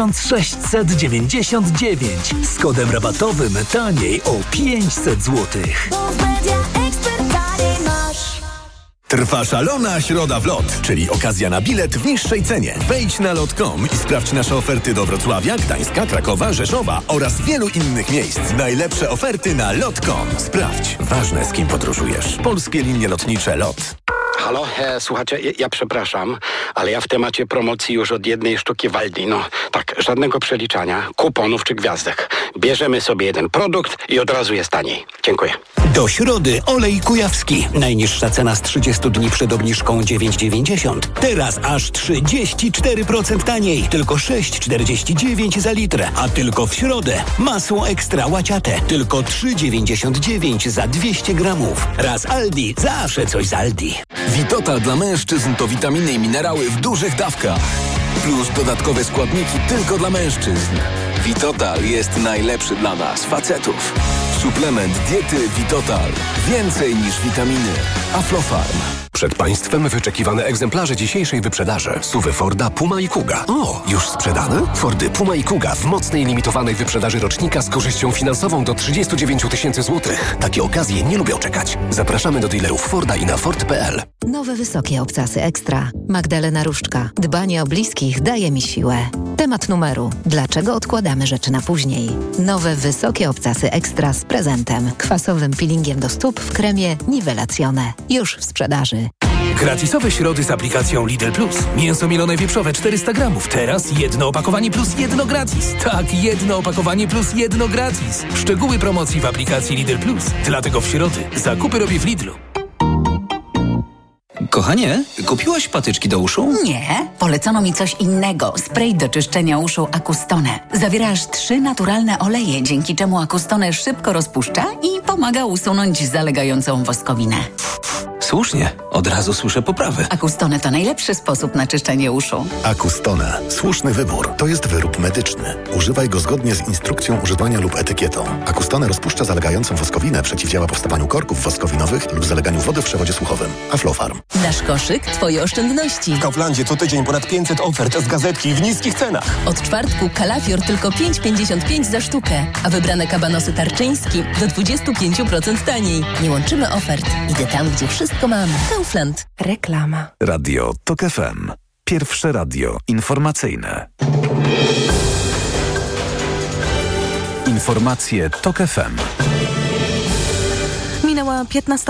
1699 z kodem rabatowym taniej o 500 zł. Trwa szalona środa w LOT, czyli okazja na bilet w niższej cenie. Wejdź na lot.com i sprawdź nasze oferty do Wrocławia, Gdańska, Krakowa, Rzeszowa oraz wielu innych miejsc. Najlepsze oferty na lot.com. Sprawdź. Ważne, z kim podróżujesz. Polskie linie lotnicze LOT. Halo, słuchajcie, ja przepraszam, ale ja w temacie promocji już od 1 sztuki Waldi. No tak, żadnego przeliczania, kuponów czy gwiazdek. Bierzemy sobie jeden produkt i od razu jest taniej. Dziękuję. Do środy olej kujawski. Najniższa cena z 30 dni przed obniżką 9,90. Teraz aż 34% taniej. Tylko 6,49 za litr. A tylko w środę masło ekstra łaciate. Tylko 3,99 za 200 gramów. Raz Aldi, zawsze coś z Aldi. Vitotal dla mężczyzn to witaminy i minerały w dużych dawkach. Plus dodatkowe składniki tylko dla mężczyzn. Vitotal jest najlepszy dla nas, facetów. Suplement diety Vitotal. Więcej niż witaminy. Aflofarm. Przed Państwem wyczekiwane egzemplarze dzisiejszej wyprzedaży. SUV-y Forda Puma i Kuga. O, już sprzedane? Fordy Puma i Kuga w mocnej limitowanej wyprzedaży rocznika z korzyścią finansową do 39 000 złotych. Takie okazje nie lubią czekać. Zapraszamy do dealerów Forda i na Ford.pl. Nowe wysokie obcasy Ekstra. Magdalena Różczka. Dbanie o bliskich daje mi siłę. Temat numeru. Dlaczego odkładamy rzeczy na później? Nowe wysokie obcasy Ekstra z prezentem. Kwasowym peelingiem do stóp w kremie Nivelacjone. Już w sprzedaży. Gratisowe środy z aplikacją Lidl Plus. Mięso mielone wieprzowe 400 gramów. Teraz jedno opakowanie plus jedno gratis. Tak, jedno opakowanie plus jedno gratis. Szczegóły promocji w aplikacji Lidl Plus. Dlatego w środy zakupy robię w Lidlu. Kochanie, kupiłaś patyczki do uszu? Nie, polecono mi coś innego. Spray do czyszczenia uszu Acustone. Zawiera aż 3 naturalne oleje, dzięki czemu Acustone szybko rozpuszcza i pomaga usunąć zalegającą woskowinę. Słusznie, od razu słyszę poprawy. Acustone to najlepszy sposób na czyszczenie uszu. Acustone. Słuszny wybór. To jest wyrób medyczny. Używaj go zgodnie z instrukcją używania lub etykietą. Acustone rozpuszcza zalegającą woskowinę, przeciwdziała powstawaniu korków woskowinowych lub zaleganiu wody w przewodzie słuchowym. Aflofarm. Nasz koszyk, twoje oszczędności. W Kauflandzie co tydzień ponad 500 ofert z gazetki w niskich cenach. Od czwartku kalafior tylko 5,55 za sztukę, a wybrane kabanosy tarczyński do 25% taniej. Nie łączymy ofert. Idę tam, gdzie wszystko mamy. Kaufland. Reklama. Radio TOK FM. Pierwsze radio informacyjne. Informacje TOK FM. Minęła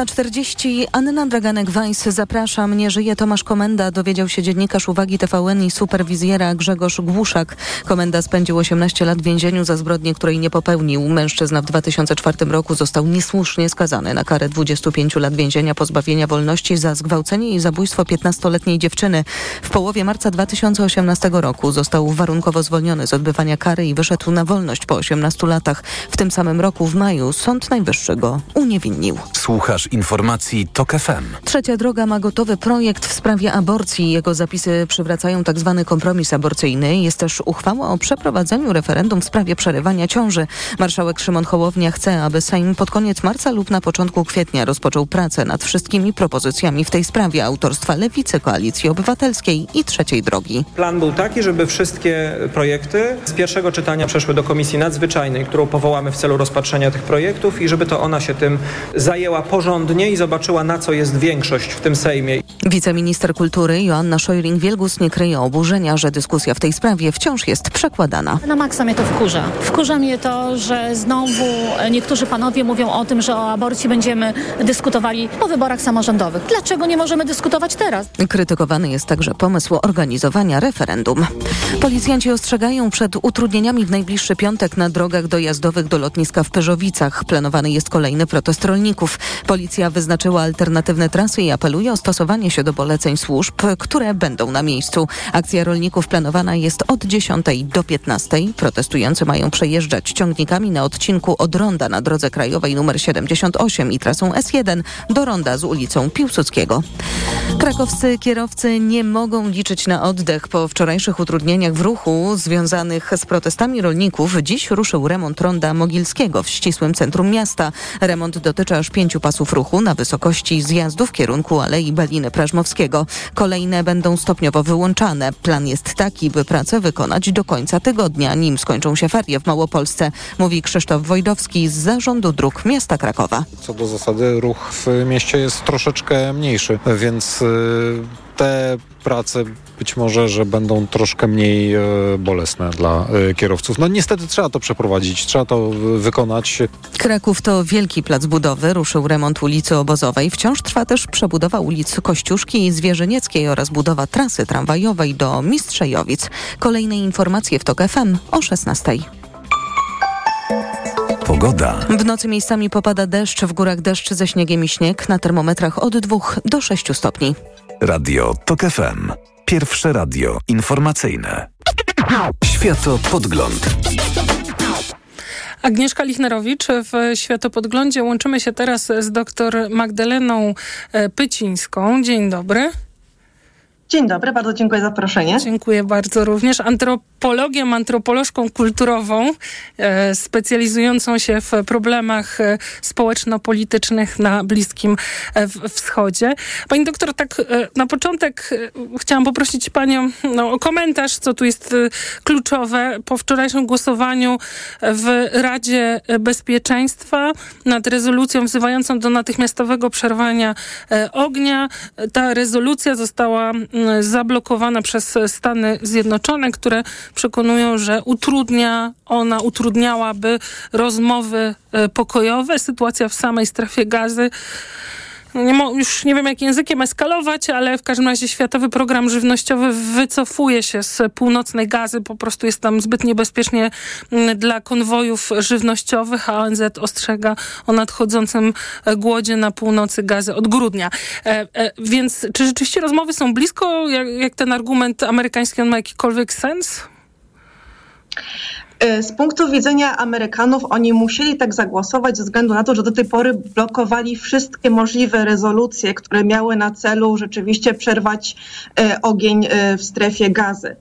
15:40. Anna Draganek-Weiss, zapraszam. Nie żyje Tomasz Komenda, dowiedział się dziennikarz Uwagi TVN i superwizjera Grzegorz Głuszak. Komenda spędził 18 lat w więzieniu za zbrodnię, której nie popełnił. Mężczyzna w 2004 roku został niesłusznie skazany na karę 25 lat więzienia pozbawienia wolności za zgwałcenie i zabójstwo 15-letniej dziewczyny. W połowie marca 2018 roku został warunkowo zwolniony z odbywania kary i wyszedł na wolność po 18 latach. W tym samym roku w maju Sąd Najwyższy go uniewinnił. Słuchasz informacji TOK FM. Trzecia droga ma gotowy projekt w sprawie aborcji. Jego zapisy przywracają tzw. kompromis aborcyjny. Jest też uchwała o przeprowadzeniu referendum w sprawie przerywania ciąży. Marszałek Szymon Hołownia chce, aby Sejm pod koniec marca lub na początku kwietnia rozpoczął pracę nad wszystkimi propozycjami w tej sprawie autorstwa Lewicy, Koalicji Obywatelskiej i Trzeciej Drogi. Plan był taki, żeby wszystkie projekty z pierwszego czytania przeszły do Komisji Nadzwyczajnej, którą powołamy w celu rozpatrzenia tych projektów i żeby to ona się tym zajęła porządnie i zobaczyła, na co jest większość w tym Sejmie. Wiceminister kultury Joanna Szojring-Wielgus nie kryje oburzenia, że dyskusja w tej sprawie wciąż jest przekładana. Na maksa mnie to wkurza. Wkurza mnie to, że znowu niektórzy panowie mówią o tym, że o aborcji będziemy dyskutowali po wyborach samorządowych. Dlaczego nie możemy dyskutować teraz? Krytykowany jest także pomysł organizowania referendum. Policjanci ostrzegają przed utrudnieniami w najbliższy piątek na drogach dojazdowych do lotniska w Pyrzowicach. Planowany jest kolejny protest rolników. Policja wyznaczyła alternatywne trasy i apeluje o stosowanie się do poleceń służb, które będą na miejscu. Akcja rolników planowana jest od 10 do 15. Protestujący mają przejeżdżać ciągnikami na odcinku od ronda na drodze krajowej nr 78 i trasą S1 do ronda z ulicą Piłsudskiego. Krakowscy kierowcy nie mogą liczyć na oddech. Po wczorajszych utrudnieniach w ruchu związanych z protestami rolników dziś ruszył remont ronda Mogilskiego w ścisłym centrum miasta. Remont dotyczy aż 5 pasów ruchu na wysokości zjazdu w kierunku Alei Baliny Klażmowskiego. Kolejne będą stopniowo wyłączane. Plan jest taki, by pracę wykonać do końca tygodnia, nim skończą się ferie w Małopolsce, mówi Krzysztof Wojdowski z Zarządu Dróg Miasta Krakowa. Co do zasady ruch w mieście jest troszeczkę mniejszy, więc te prace być może, że będą troszkę mniej bolesne dla kierowców. No niestety trzeba to przeprowadzić, trzeba to wykonać. Kraków to wielki plac budowy. Ruszył remont ulicy Obozowej. Wciąż trwa też przebudowa ulic Kościuszki i Zwierzynieckiej oraz budowa trasy tramwajowej do Mistrzejowic. Kolejne informacje w TOK FM o 16:00. Pogoda. W nocy miejscami popada deszcz, w górach deszcz ze śniegiem i śnieg, na termometrach od 2 do 6 stopni. Radio TOK FM. Pierwsze radio informacyjne. Światopodgląd. Agnieszka Lichnerowicz w Światopodglądzie. Łączymy się teraz z dr Magdaleną Pycińską. Dzień dobry. Dzień dobry, bardzo dziękuję za zaproszenie. Dziękuję bardzo również. Antropolożką kulturową, specjalizującą się w problemach społeczno-politycznych na Bliskim Wschodzie. Pani doktor, tak na początek chciałam poprosić Panią o komentarz, co tu jest kluczowe. Po wczorajszym głosowaniu w Radzie Bezpieczeństwa nad rezolucją wzywającą do natychmiastowego przerwania ognia. Ta rezolucja została zablokowana przez Stany Zjednoczone, które przekonują, że utrudniałaby rozmowy pokojowe. Sytuacja w samej strefie Gazy, już nie wiem, jak językiem eskalować, ale w każdym razie Światowy Program Żywnościowy wycofuje się z północnej Gazy. Po prostu jest tam zbyt niebezpiecznie dla konwojów żywnościowych, a ONZ ostrzega o nadchodzącym głodzie na północy Gazy od grudnia. Więc czy rzeczywiście rozmowy są blisko? Jak ten argument amerykański, on ma jakikolwiek sens? Z punktu widzenia Amerykanów oni musieli tak zagłosować ze względu na to, że do tej pory blokowali wszystkie możliwe rezolucje, które miały na celu rzeczywiście przerwać ogień w strefie Gazy.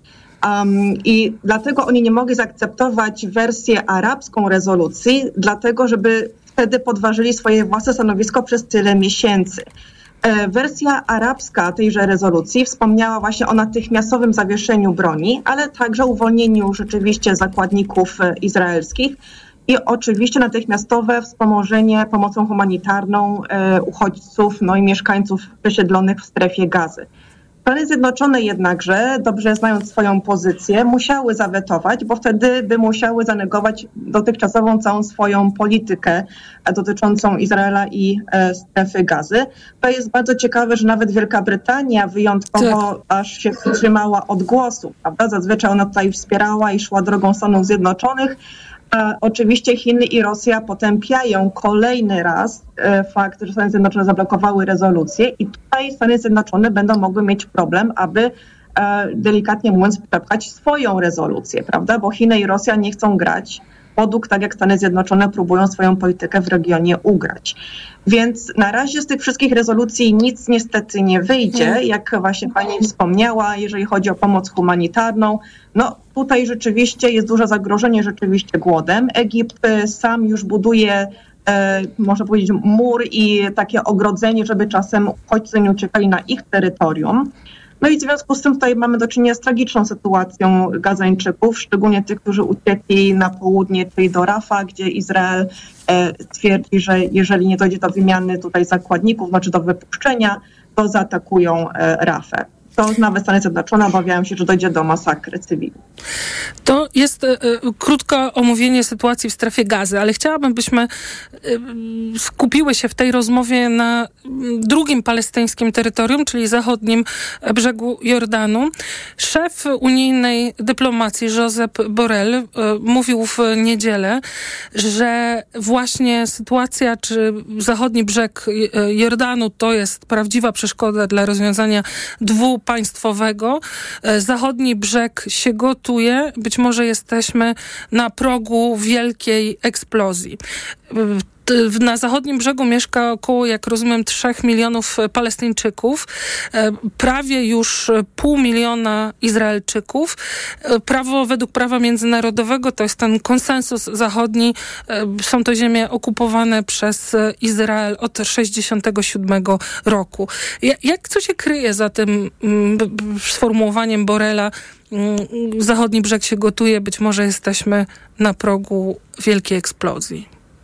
I dlatego oni nie mogli zaakceptować wersję arabską rezolucji, dlatego żeby wtedy podważyli swoje własne stanowisko przez tyle miesięcy. Wersja arabska tejże rezolucji wspomniała właśnie o natychmiastowym zawieszeniu broni, ale także uwolnieniu rzeczywiście zakładników izraelskich i oczywiście natychmiastowe wspomożenie pomocą humanitarną uchodźców i mieszkańców przesiedlonych w strefie Gazy. Stany Zjednoczone jednakże, dobrze znając swoją pozycję, musiały zawetować, bo wtedy by musiały zanegować dotychczasową całą swoją politykę dotyczącą Izraela i strefy Gazy. To jest bardzo ciekawe, że nawet Wielka Brytania wyjątkowo aż się wstrzymała od głosu, prawda? Zazwyczaj ona tutaj wspierała i szła drogą Stanów Zjednoczonych. A oczywiście Chiny i Rosja potępiają kolejny raz fakt, że Stany Zjednoczone zablokowały rezolucję i tutaj Stany Zjednoczone będą mogły mieć problem, aby delikatnie mówiąc przepchać swoją rezolucję, prawda? Bo Chiny i Rosja nie chcą grać podług, tak jak Stany Zjednoczone próbują swoją politykę w regionie ugrać. Więc na razie z tych wszystkich rezolucji nic niestety nie wyjdzie, jak właśnie Pani wspomniała, jeżeli chodzi o pomoc humanitarną. Tutaj rzeczywiście jest duże zagrożenie rzeczywiście głodem. Egipt sam już buduje, można powiedzieć, mur i takie ogrodzenie, żeby czasem uchodźcy nie uciekali na ich terytorium. I w związku z tym tutaj mamy do czynienia z tragiczną sytuacją Gazańczyków, szczególnie tych, którzy uciekli na południe, czyli do Rafa, gdzie Izrael twierdzi, że jeżeli nie dojdzie do wymiany tutaj zakładników, znaczy do wypuszczenia, to zaatakują Rafę. To nawet Stany Zjednoczone obawiają się, że dojdzie do masakry cywilnej. To jest krótkie omówienie sytuacji w strefie Gazy, ale chciałabym, byśmy skupiły się w tej rozmowie na drugim palestyńskim terytorium, czyli zachodnim brzegu Jordanu. Szef unijnej dyplomacji Josep Borrell mówił w niedzielę, że właśnie sytuacja, czy zachodni brzeg Jordanu to jest prawdziwa przeszkoda dla rozwiązania dwupaństwowego. Zachodni brzeg się gotuje. Być może jesteśmy na progu wielkiej eksplozji. Na zachodnim brzegu mieszka około, jak rozumiem, 3 milionów Palestyńczyków, prawie już 500 000 Izraelczyków. Według prawa międzynarodowego, to jest ten konsensus zachodni, są to ziemie okupowane przez Izrael od 1967 roku. Co się kryje za tym sformułowaniem Borrella? Zachodni brzeg się gotuje, być może jesteśmy na progu wielkiej eksplozji.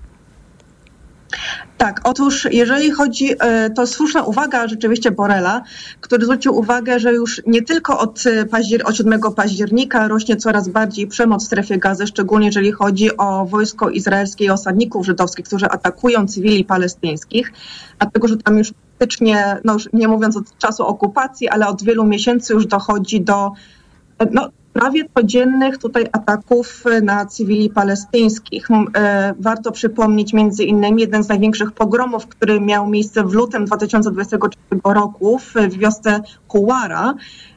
Tak, otóż jeżeli chodzi, to słuszna uwaga rzeczywiście Borrella, który zwrócił uwagę, że już nie tylko od 7 października rośnie coraz bardziej przemoc w strefie Gazy, szczególnie jeżeli chodzi o wojsko izraelskie i osadników żydowskich, którzy atakują cywili palestyńskich, dlatego że tam już praktycznie, już nie mówiąc od czasu okupacji, ale od wielu miesięcy już dochodzi do prawie codziennych tutaj ataków na cywili palestyńskich. Warto przypomnieć między innymi jeden z największych pogromów, który miał miejsce w lutym 2023 roku w wiosce Huwara,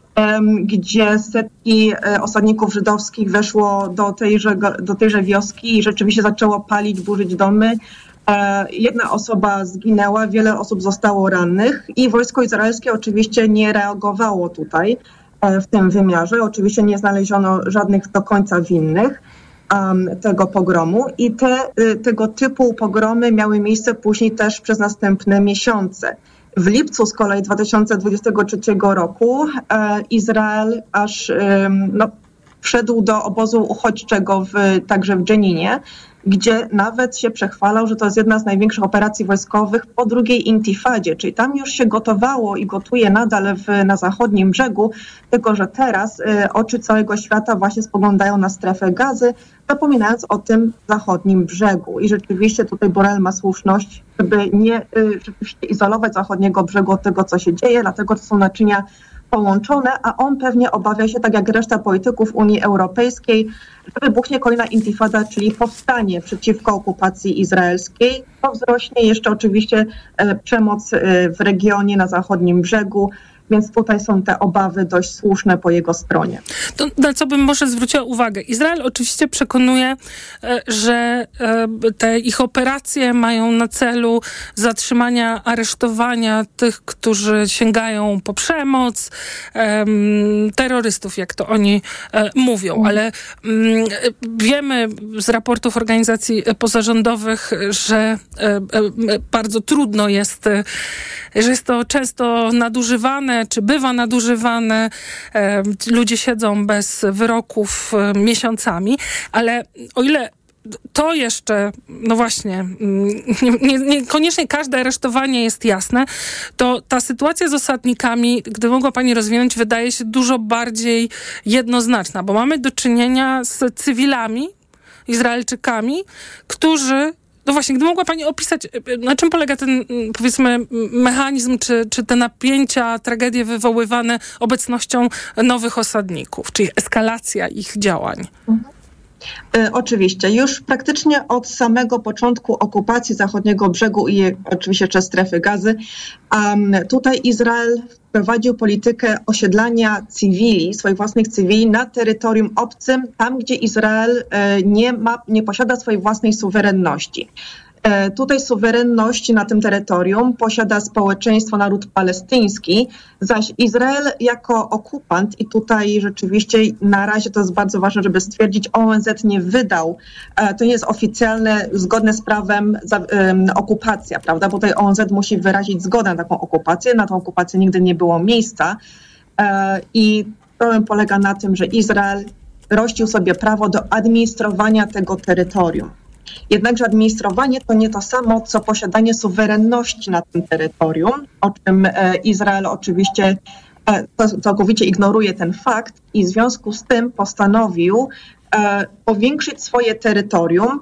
gdzie setki osadników żydowskich weszło do tejże wioski i rzeczywiście zaczęło palić, burzyć domy. Jedna osoba zginęła, wiele osób zostało rannych i wojsko izraelskie oczywiście nie reagowało tutaj w tym wymiarze. Oczywiście nie znaleziono żadnych do końca winnych tego pogromu i tego typu pogromy miały miejsce później też przez następne miesiące. W lipcu z kolei 2023 roku Izrael aż wszedł do obozu uchodźczego także w Dżeninie, gdzie nawet się przechwalał, że to jest jedna z największych operacji wojskowych po drugiej intifadzie, czyli tam już się gotowało i gotuje nadal na zachodnim brzegu, tylko że teraz oczy całego świata właśnie spoglądają na strefę Gazy, zapominając o tym zachodnim brzegu. I rzeczywiście tutaj Borrell ma słuszność, żeby nie rzeczywiście izolować zachodniego brzegu od tego, co się dzieje, dlatego to są naczynia połączone, a on pewnie obawia się, tak jak reszta polityków Unii Europejskiej, że wybuchnie kolejna intifada, czyli powstanie przeciwko okupacji izraelskiej. To wzrośnie jeszcze oczywiście przemoc w regionie na zachodnim brzegu, więc tutaj są te obawy dość słuszne po jego stronie. To, na co bym może zwróciła uwagę. Izrael oczywiście przekonuje, że te ich operacje mają na celu zatrzymania, aresztowania tych, którzy sięgają po przemoc, terrorystów, jak to oni mówią. Ale wiemy z raportów organizacji pozarządowych, że bardzo trudno jest, że jest to często nadużywane, czy bywa nadużywane. Ludzie siedzą bez wyroków miesiącami, ale o ile to jeszcze, no właśnie, niekoniecznie każde aresztowanie jest jasne, to ta sytuacja z osadnikami, gdy mogła pani rozwinąć, wydaje się dużo bardziej jednoznaczna, bo mamy do czynienia z cywilami, Izraelczykami, którzy... No właśnie, gdy mogła pani opisać, na czym polega ten, powiedzmy, mechanizm, czy te napięcia, tragedie wywoływane obecnością nowych osadników, czyli eskalacja ich działań? Oczywiście. Już praktycznie od samego początku okupacji zachodniego brzegu i oczywiście przez strefy Gazy, tutaj Izrael prowadził politykę osiedlania cywili, swoich własnych cywili na terytorium obcym, tam gdzie Izrael nie posiada swojej własnej suwerenności. Tutaj suwerenność na tym terytorium posiada społeczeństwo, naród palestyński, zaś Izrael jako okupant, i tutaj rzeczywiście na razie to jest bardzo ważne, żeby stwierdzić, ONZ nie wydał, to nie jest oficjalne, zgodne z prawem okupacja, prawda, bo tutaj ONZ musi wyrazić zgodę na taką okupację, na tą okupację nigdy nie było miejsca i problem polega na tym, że Izrael rościł sobie prawo do administrowania tego terytorium. Jednakże administrowanie to nie to samo, co posiadanie suwerenności na tym terytorium, o czym Izrael oczywiście całkowicie ignoruje ten fakt i w związku z tym postanowił powiększyć swoje terytorium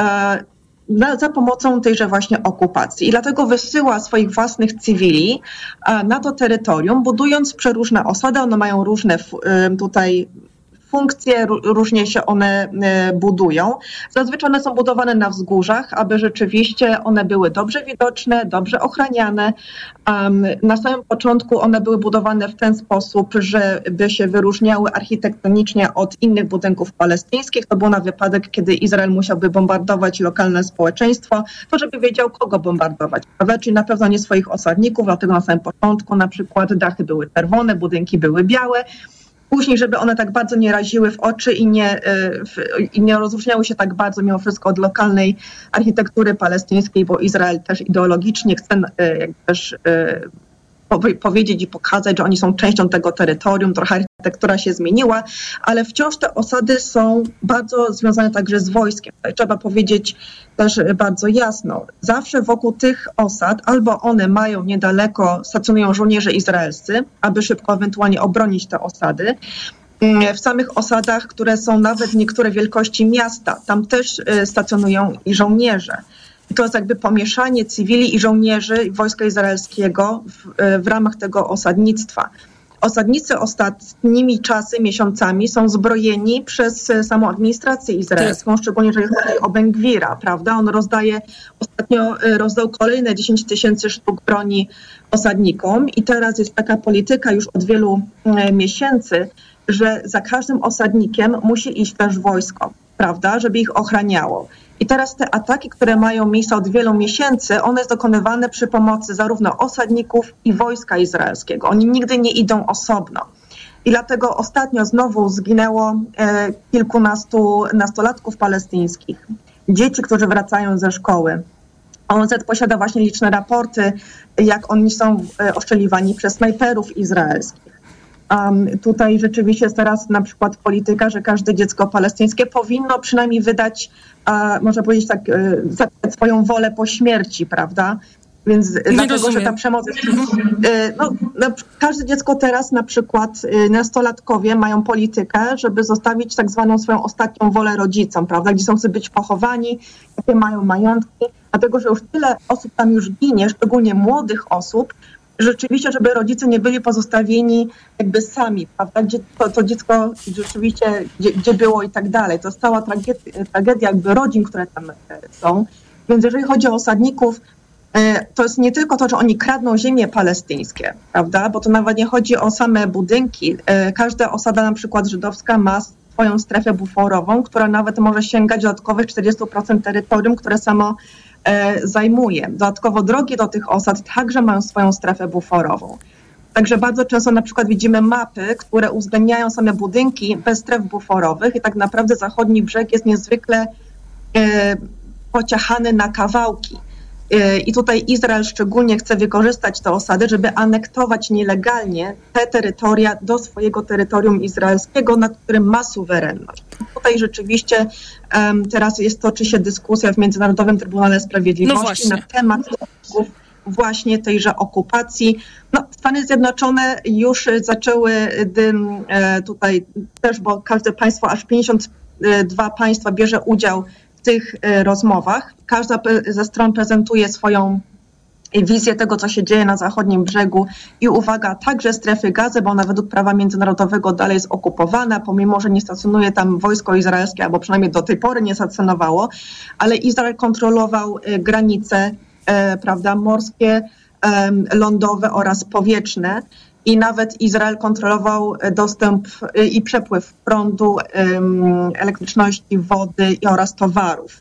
za pomocą tejże właśnie okupacji. I dlatego wysyła swoich własnych cywili na to terytorium, budując przeróżne osady. One mają różne tutaj funkcje, różnie się one budują. Zazwyczaj one są budowane na wzgórzach, aby rzeczywiście one były dobrze widoczne, dobrze ochraniane. Na samym początku one były budowane w ten sposób, żeby się wyróżniały architektonicznie od innych budynków palestyńskich. To był na wypadek, kiedy Izrael musiałby bombardować lokalne społeczeństwo, to żeby wiedział, kogo bombardować. Prawda? Czyli na pewno nie swoich osadników, dlatego na samym początku na przykład dachy były czerwone, budynki były białe. Później, żeby one tak bardzo nie raziły w oczy i nie rozróżniały się tak bardzo mimo wszystko od lokalnej architektury palestyńskiej, bo Izrael też ideologicznie chce też powiedzieć i pokazać, że oni są częścią tego terytorium, trochę architektura się zmieniła, ale wciąż te osady są bardzo związane także z wojskiem. Tutaj trzeba powiedzieć też bardzo jasno, zawsze wokół tych osad albo one mają niedaleko, stacjonują żołnierze izraelscy, aby szybko ewentualnie obronić te osady. W samych osadach, które są nawet niektóre wielkości miasta, tam też stacjonują i żołnierze. I to jest jakby pomieszanie cywili i żołnierzy i wojska izraelskiego w ramach tego osadnictwa. Osadnicy ostatnimi miesiącami są zbrojeni przez samą administrację izraelską, szczególnie jeżeli chodzi o Ben-Gwira, prawda? On ostatnio rozdał kolejne 10 000 sztuk broni osadnikom i teraz jest taka polityka już od wielu miesięcy, że za każdym osadnikiem musi iść też wojsko, prawda? Żeby ich ochraniało. I teraz te ataki, które mają miejsce od wielu miesięcy, one są dokonywane przy pomocy zarówno osadników i wojska izraelskiego. Oni nigdy nie idą osobno. I dlatego ostatnio znowu zginęło kilkunastu nastolatków palestyńskich. Dzieci, którzy wracają ze szkoły. ONZ posiada właśnie liczne raporty, jak oni są oszczeliwani przez snajperów izraelskich. Tutaj rzeczywiście jest teraz na przykład polityka, że każde dziecko palestyńskie powinno przynajmniej wydać, można powiedzieć tak, swoją wolę po śmierci, prawda? Więc dlatego, że ta przemoc jest... każde dziecko teraz na przykład nastolatkowie mają politykę, żeby zostawić tak zwaną swoją ostatnią wolę rodzicom, prawda? Gdzie są chcą być pochowani, jakie mają majątki, dlatego, że już tyle osób tam już ginie, szczególnie młodych osób, rzeczywiście, żeby rodzice nie byli pozostawieni jakby sami, prawda, gdzie to dziecko rzeczywiście, gdzie było i tak dalej. To jest cała tragedia jakby rodzin, które tam są. Więc jeżeli chodzi o osadników, to jest nie tylko to, że oni kradną ziemie palestyńskie, prawda, bo to nawet nie chodzi o same budynki. Każda osada na przykład żydowska ma swoją strefę buforową, która nawet może sięgać dodatkowych 40% terytorium, które samo zajmuje. Dodatkowo drogi do tych osad także mają swoją strefę buforową. Także bardzo często na przykład widzimy mapy, które uwzględniają same budynki bez stref buforowych i tak naprawdę zachodni brzeg jest niezwykle pociachany na kawałki. I tutaj Izrael szczególnie chce wykorzystać te osady, żeby anektować nielegalnie te terytoria do swojego terytorium izraelskiego, nad którym ma suwerenność. Tutaj rzeczywiście teraz toczy się dyskusja w Międzynarodowym Trybunale Sprawiedliwości na temat właśnie tejże okupacji. Stany Zjednoczone już zaczęły tutaj też, bo każde państwo, aż 52 państwa bierze udział w tych rozmowach. Każda ze stron prezentuje swoją wizję tego, co się dzieje na zachodnim brzegu i uwaga, także strefy Gazy, bo ona według prawa międzynarodowego dalej jest okupowana, pomimo że nie stacjonuje tam wojsko izraelskie, albo przynajmniej do tej pory nie stacjonowało, ale Izrael kontrolował granice, prawda, morskie, lądowe oraz powietrzne i nawet Izrael kontrolował dostęp i przepływ prądu, elektryczności, wody oraz towarów.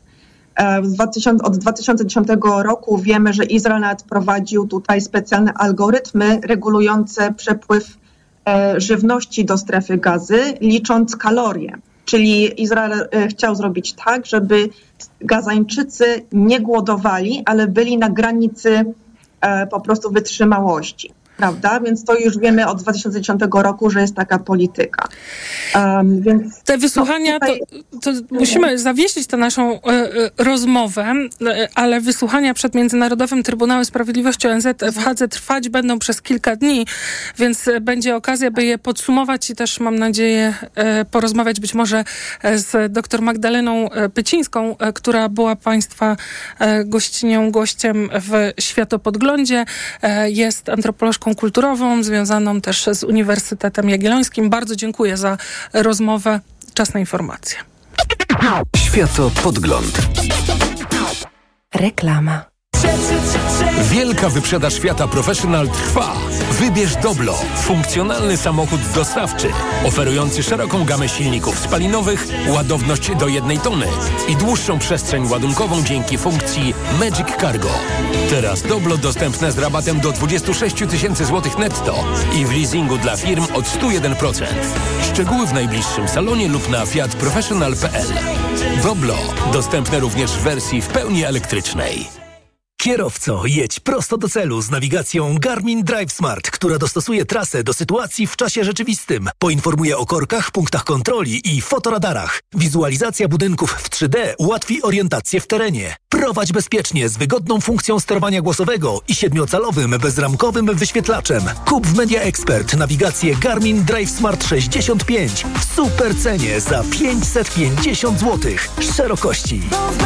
Od 2010 roku wiemy, że Izrael nawet prowadził tutaj specjalne algorytmy regulujące przepływ żywności do strefy Gazy, licząc kalorie. Czyli Izrael chciał zrobić tak, żeby Gazańczycy nie głodowali, ale byli na granicy po prostu wytrzymałości. Prawda? Więc to już wiemy od 2010 roku, że jest taka polityka. Więc te wysłuchania, to musimy zawiesić tę naszą rozmowę, ale wysłuchania przed Międzynarodowym Trybunałem Sprawiedliwości ONZ w Hadze trwać będą przez kilka dni, więc będzie okazja, by je podsumować i też mam nadzieję porozmawiać być może z dr Magdaleną Pycińską, która była Państwa gościem w Światopodglądzie. Jest antropolożką działką kulturową, związaną też z Uniwersytetem Jagiellońskim. Bardzo dziękuję za rozmowę. Czas na informacje. Światopodgląd. Reklama. Wielka wyprzedaż Fiata Professional trwa. Wybierz Doblo, funkcjonalny samochód dostawczy, oferujący szeroką gamę silników spalinowych, ładowność do 1 tony i dłuższą przestrzeń ładunkową dzięki funkcji Magic Cargo. Teraz Doblo dostępne z rabatem do 26 000 złotych netto i w leasingu dla firm od 101%. Szczegóły w najbliższym salonie lub na fiatprofessional.pl. Doblo, dostępne również w wersji w pełni elektrycznej. Kierowco, jedź prosto do celu z nawigacją Garmin Drive Smart, która dostosuje trasę do sytuacji w czasie rzeczywistym. Poinformuje o korkach, punktach kontroli i fotoradarach. Wizualizacja budynków w 3D ułatwi orientację w terenie. Prowadź bezpiecznie z wygodną funkcją sterowania głosowego i 7-calowym bezramkowym wyświetlaczem. Kup w Media Expert nawigację Garmin Drive Smart 65 w super cenie za 550 zł. Szerokości.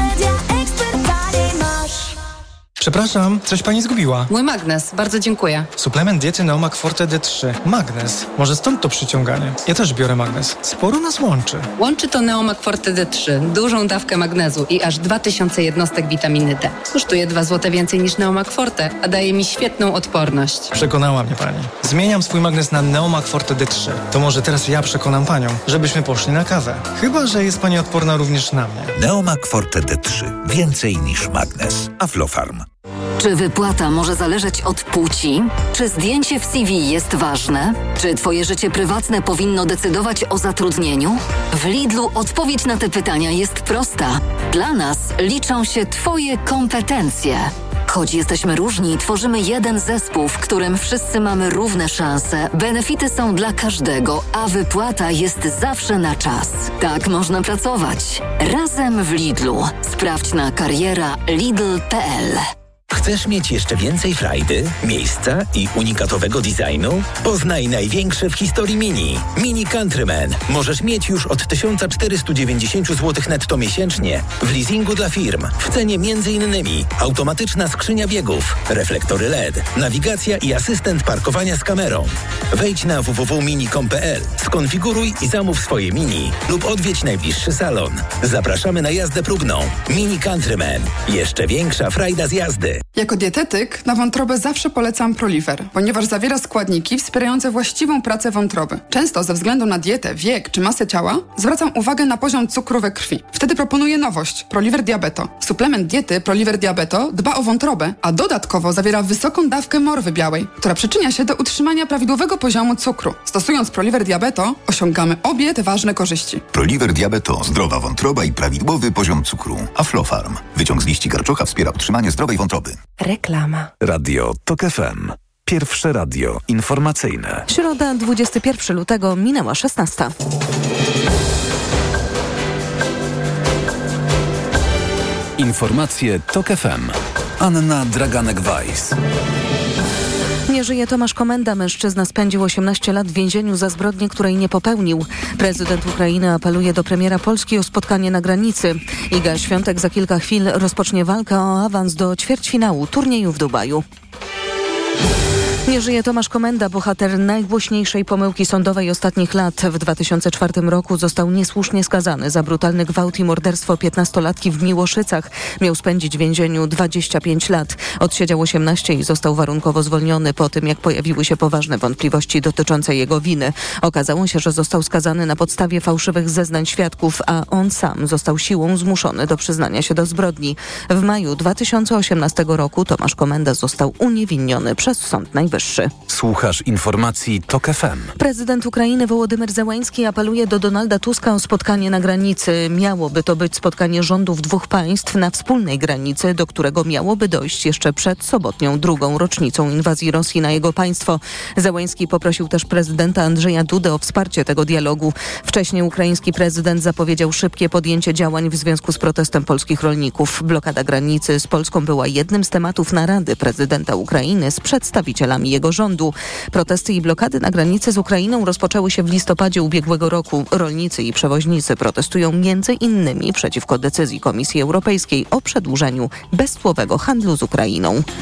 Przepraszam, coś pani zgubiła. Mój magnes, bardzo dziękuję. Suplement diety Neomak Forte D3. Magnes. Może stąd to przyciąganie. Ja też biorę magnes. Sporo nas łączy. Łączy to Neomak Forte D3. Dużą dawkę magnezu i aż 2000 jednostek witaminy D. Kosztuje 2 zł więcej niż Neomak Forte, a daje mi świetną odporność. Przekonała mnie pani. Zmieniam swój magnes na Neomak Forte D3. To może teraz ja przekonam panią, żebyśmy poszli na kawę. Chyba że jest pani odporna również na mnie. Neomak Forte D3. Więcej niż magnes. Aflofarm. Czy wypłata może zależeć od płci? Czy zdjęcie w CV jest ważne? Czy twoje życie prywatne powinno decydować o zatrudnieniu? W Lidlu odpowiedź na te pytania jest prosta. Dla nas liczą się twoje kompetencje. Choć jesteśmy różni, tworzymy jeden zespół, w którym wszyscy mamy równe szanse, benefity są dla każdego, a wypłata jest zawsze na czas. Tak można pracować. Razem w Lidlu. Sprawdź na kariera lidl.pl. Chcesz mieć jeszcze więcej frajdy, miejsca i unikatowego designu? Poznaj największe w historii Mini. Mini Countryman możesz mieć już od 1490 zł netto miesięcznie w leasingu dla firm. W cenie m.in. automatyczna skrzynia biegów, reflektory LED, nawigacja i asystent parkowania z kamerą. Wejdź na www.mini.com.pl, skonfiguruj i zamów swoje Mini lub odwiedź najbliższy salon. Zapraszamy na jazdę próbną. Mini Countryman. Jeszcze większa frajda z jazdy. Jako dietetyk na wątrobę zawsze polecam Proliver, ponieważ zawiera składniki wspierające właściwą pracę wątroby. Często ze względu na dietę, wiek czy masę ciała zwracam uwagę na poziom cukru we krwi. Wtedy proponuję nowość – Proliver Diabeto. Suplement diety Proliver Diabeto dba o wątrobę, a dodatkowo zawiera wysoką dawkę morwy białej, która przyczynia się do utrzymania prawidłowego poziomu cukru. Stosując Proliver Diabeto osiągamy obie te ważne korzyści. Proliver Diabeto, zdrowa wątroba i prawidłowy poziom cukru. Aflofarm. Wyciąg z liści karczocha wspiera utrzymanie zdrowej wątroby. Reklama. Radio TOK FM. Pierwsze radio informacyjne. Środa, 21 lutego, minęła 16. Informacje TOK FM. Anna Draganek-Weiss. Nie żyje Tomasz Komenda. Mężczyzna spędził 18 lat w więzieniu za zbrodnię, której nie popełnił. Prezydent Ukrainy apeluje do premiera Polski o spotkanie na granicy. Iga Świątek za kilka chwil rozpocznie walkę o awans do ćwierćfinału turnieju w Dubaju. Nie żyje Tomasz Komenda, bohater najgłośniejszej pomyłki sądowej ostatnich lat. W 2004 roku został niesłusznie skazany za brutalny gwałt i morderstwo 15-latki w Miłoszycach. Miał spędzić w więzieniu 25 lat. Odsiedział 18 i został warunkowo zwolniony po tym, jak pojawiły się poważne wątpliwości dotyczące jego winy. Okazało się, że został skazany na podstawie fałszywych zeznań świadków, a on sam został siłą zmuszony do przyznania się do zbrodni. W maju 2018 roku Tomasz Komenda został uniewinniony przez Sąd Najwyższy. Słuchasz informacji TOK FM. Prezydent Ukrainy Wołodymyr Zełenski apeluje do Donalda Tuska o spotkanie na granicy. Miałoby to być spotkanie rządów dwóch państw na wspólnej granicy, do którego miałoby dojść jeszcze przed sobotnią drugą rocznicą inwazji Rosji na jego państwo. Zełenski poprosił też prezydenta Andrzeja Dudę o wsparcie tego dialogu. Wcześniej ukraiński prezydent zapowiedział szybkie podjęcie działań w związku z protestem polskich rolników. Blokada granicy z Polską była jednym z tematów narady prezydenta Ukrainy z przedstawicielami jego rządu. Protesty i blokady na granicy z Ukrainą rozpoczęły się w listopadzie ubiegłego roku. Rolnicy i przewoźnicy protestują między innymi przeciwko decyzji Komisji Europejskiej o przedłużeniu bezcłowego handlu z Ukrainą.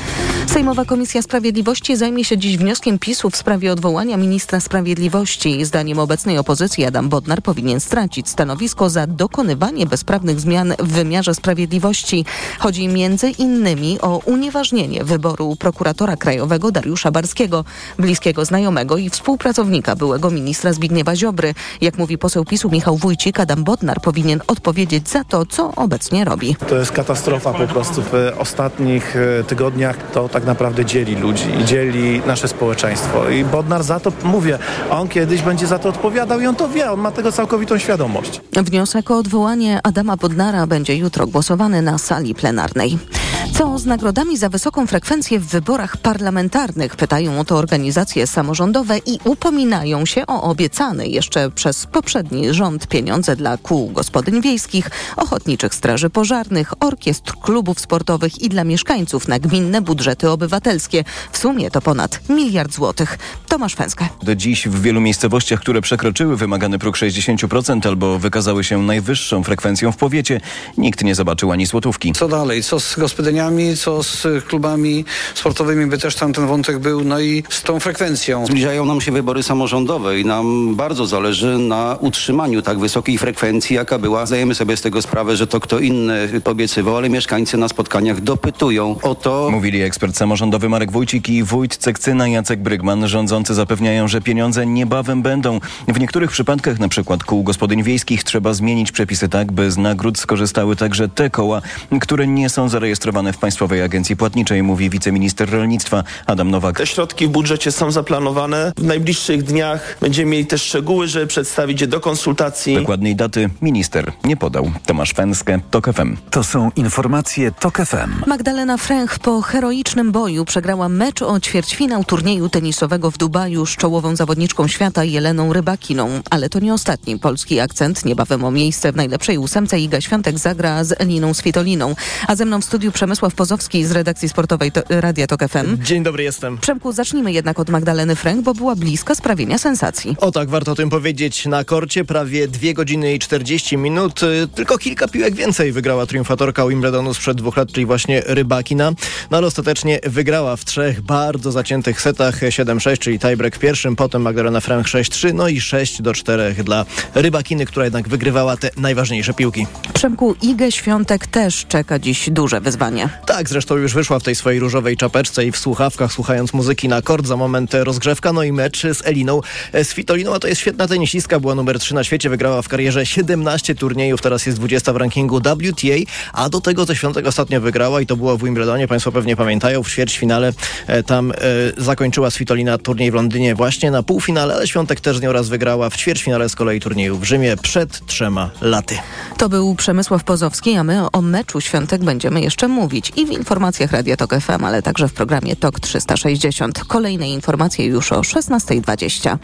Sejmowa Komisja Sprawiedliwości zajmie się dziś wnioskiem PiS-u w sprawie odwołania ministra sprawiedliwości. Zdaniem obecnej opozycji Adam Bodnar powinien stracić stanowisko za dokonywanie bezprawnych zmian w wymiarze sprawiedliwości. Chodzi między innymi o unieważnienie wyboru prokuratora krajowego Dariusza Barskiego, bliskiego znajomego i współpracownika byłego ministra Zbigniewa Ziobry. Jak mówi poseł PiS-u Michał Wójcik, Adam Bodnar powinien odpowiedzieć za to, co obecnie robi. To jest katastrofa po prostu. W ostatnich tygodniach to tak naprawdę dzieli ludzi i dzieli nasze społeczeństwo. I Bodnar za to, mówię, on kiedyś będzie za to odpowiadał i on to wie, on ma tego całkowitą świadomość. Wniosek o odwołanie Adama Bodnara będzie jutro głosowany na sali plenarnej. Co z nagrodami za wysoką frekwencję w wyborach parlamentarnych? Pytają o to organizacje samorządowe i upominają się o obiecane jeszcze przez poprzedni rząd pieniądze dla kół gospodyń wiejskich, ochotniczych straży pożarnych, orkiestr, klubów sportowych i dla mieszkańców na gminne budżety obywatelskie. W sumie to ponad 1 miliard złotych. Tomasz Fęska. Do dziś w wielu miejscowościach, które przekroczyły wymagany próg 60% albo wykazały się najwyższą frekwencją w powiecie, nikt nie zobaczył ani złotówki. Co dalej? Co z gospodyniami? Co z klubami sportowymi? By też tam ten wątek był. No i z tą frekwencją. Zbliżają nam się wybory samorządowe i nam bardzo zależy na utrzymaniu tak wysokiej frekwencji, jaka była. Zdajemy sobie z tego sprawę, że to kto inny obiecywał, ale mieszkańcy na spotkaniach dopytują o to. Mówili ekspert samorządowy Marek Wójcik i wójt Cekcyna Jacek Brygman. Rządzący zapewniają, że pieniądze niebawem będą. W niektórych przypadkach, np. kół gospodyń wiejskich, trzeba zmienić przepisy tak, by z nagród skorzystały także te koła, które nie są zarejestrowane w Państwowej Agencji Płatniczej, mówi wiceminister rolnictwa Adam Nowak. Te środki w budżecie są zaplanowane. W najbliższych dniach będziemy mieli też szczegóły, żeby przedstawić je do konsultacji. Dokładnej daty minister nie podał. Tomasz Fęskę, TOK FM. To są informacje TOK FM. Magdalena Fręch po heroicznym boju przegrała mecz o ćwierćfinał turnieju tenisowego w Dubaju z czołową zawodniczką świata Jeleną Rybakiną. Ale to nie ostatni polski akcent. Niebawem o miejsce w najlepszej 8 Iga Świątek zagra z Eliną Svitoliną. A ze mną w studiu Przemysław Pozowski z redakcji sportowej Radia TOK FM. Dzień dobry, jestem. Przemku, zacznijmy jednak od Magdaleny Fręch, bo była bliska sprawienia sensacji. O tak, warto o tym powiedzieć. Na korcie prawie 2 godziny i 40 minut. Tylko kilka piłek więcej wygrała triumfatorka Wimbledonu sprzed 2 lat, czyli właśnie Rybakina. No ale ostatecznie wygrała w 3 bardzo zaciętych setach. 7-6, czyli tiebreak w pierwszym, potem Magdalena Fręch 6-3, no i 6-4 dla Rybakiny, która jednak wygrywała te najważniejsze piłki. Przemku, Igę Świątek też czeka dziś duże wyzwanie. Tak, zresztą już wyszła w tej swojej różowej czapeczce i w słuchawkach, słuchając muzyki na kort. Za moment rozgrzewka, no i mecz z Eliną Svitoliną, a to jest świetna tenisistka, była numer 3 na świecie, wygrała w karierze 17 turniejów, teraz jest 20 w rankingu WTA, a do tego Świątek ostatnio wygrała i to było w Wimbledonie, Państwo pewnie pamiętają, w ćwierćfinale tam zakończyła Svitolina turniej w Londynie właśnie na półfinale, ale Świątek też z nią raz wygrała w ćwierćfinale z kolei turnieju w Rzymie przed 3 laty. To był Przemysław Pozowski, a my o meczu Świątek będziemy jeszcze mówić i w informacjach Radia TOK FM, ale także w programie TOK 360. Kolejne informacje już o 16:20.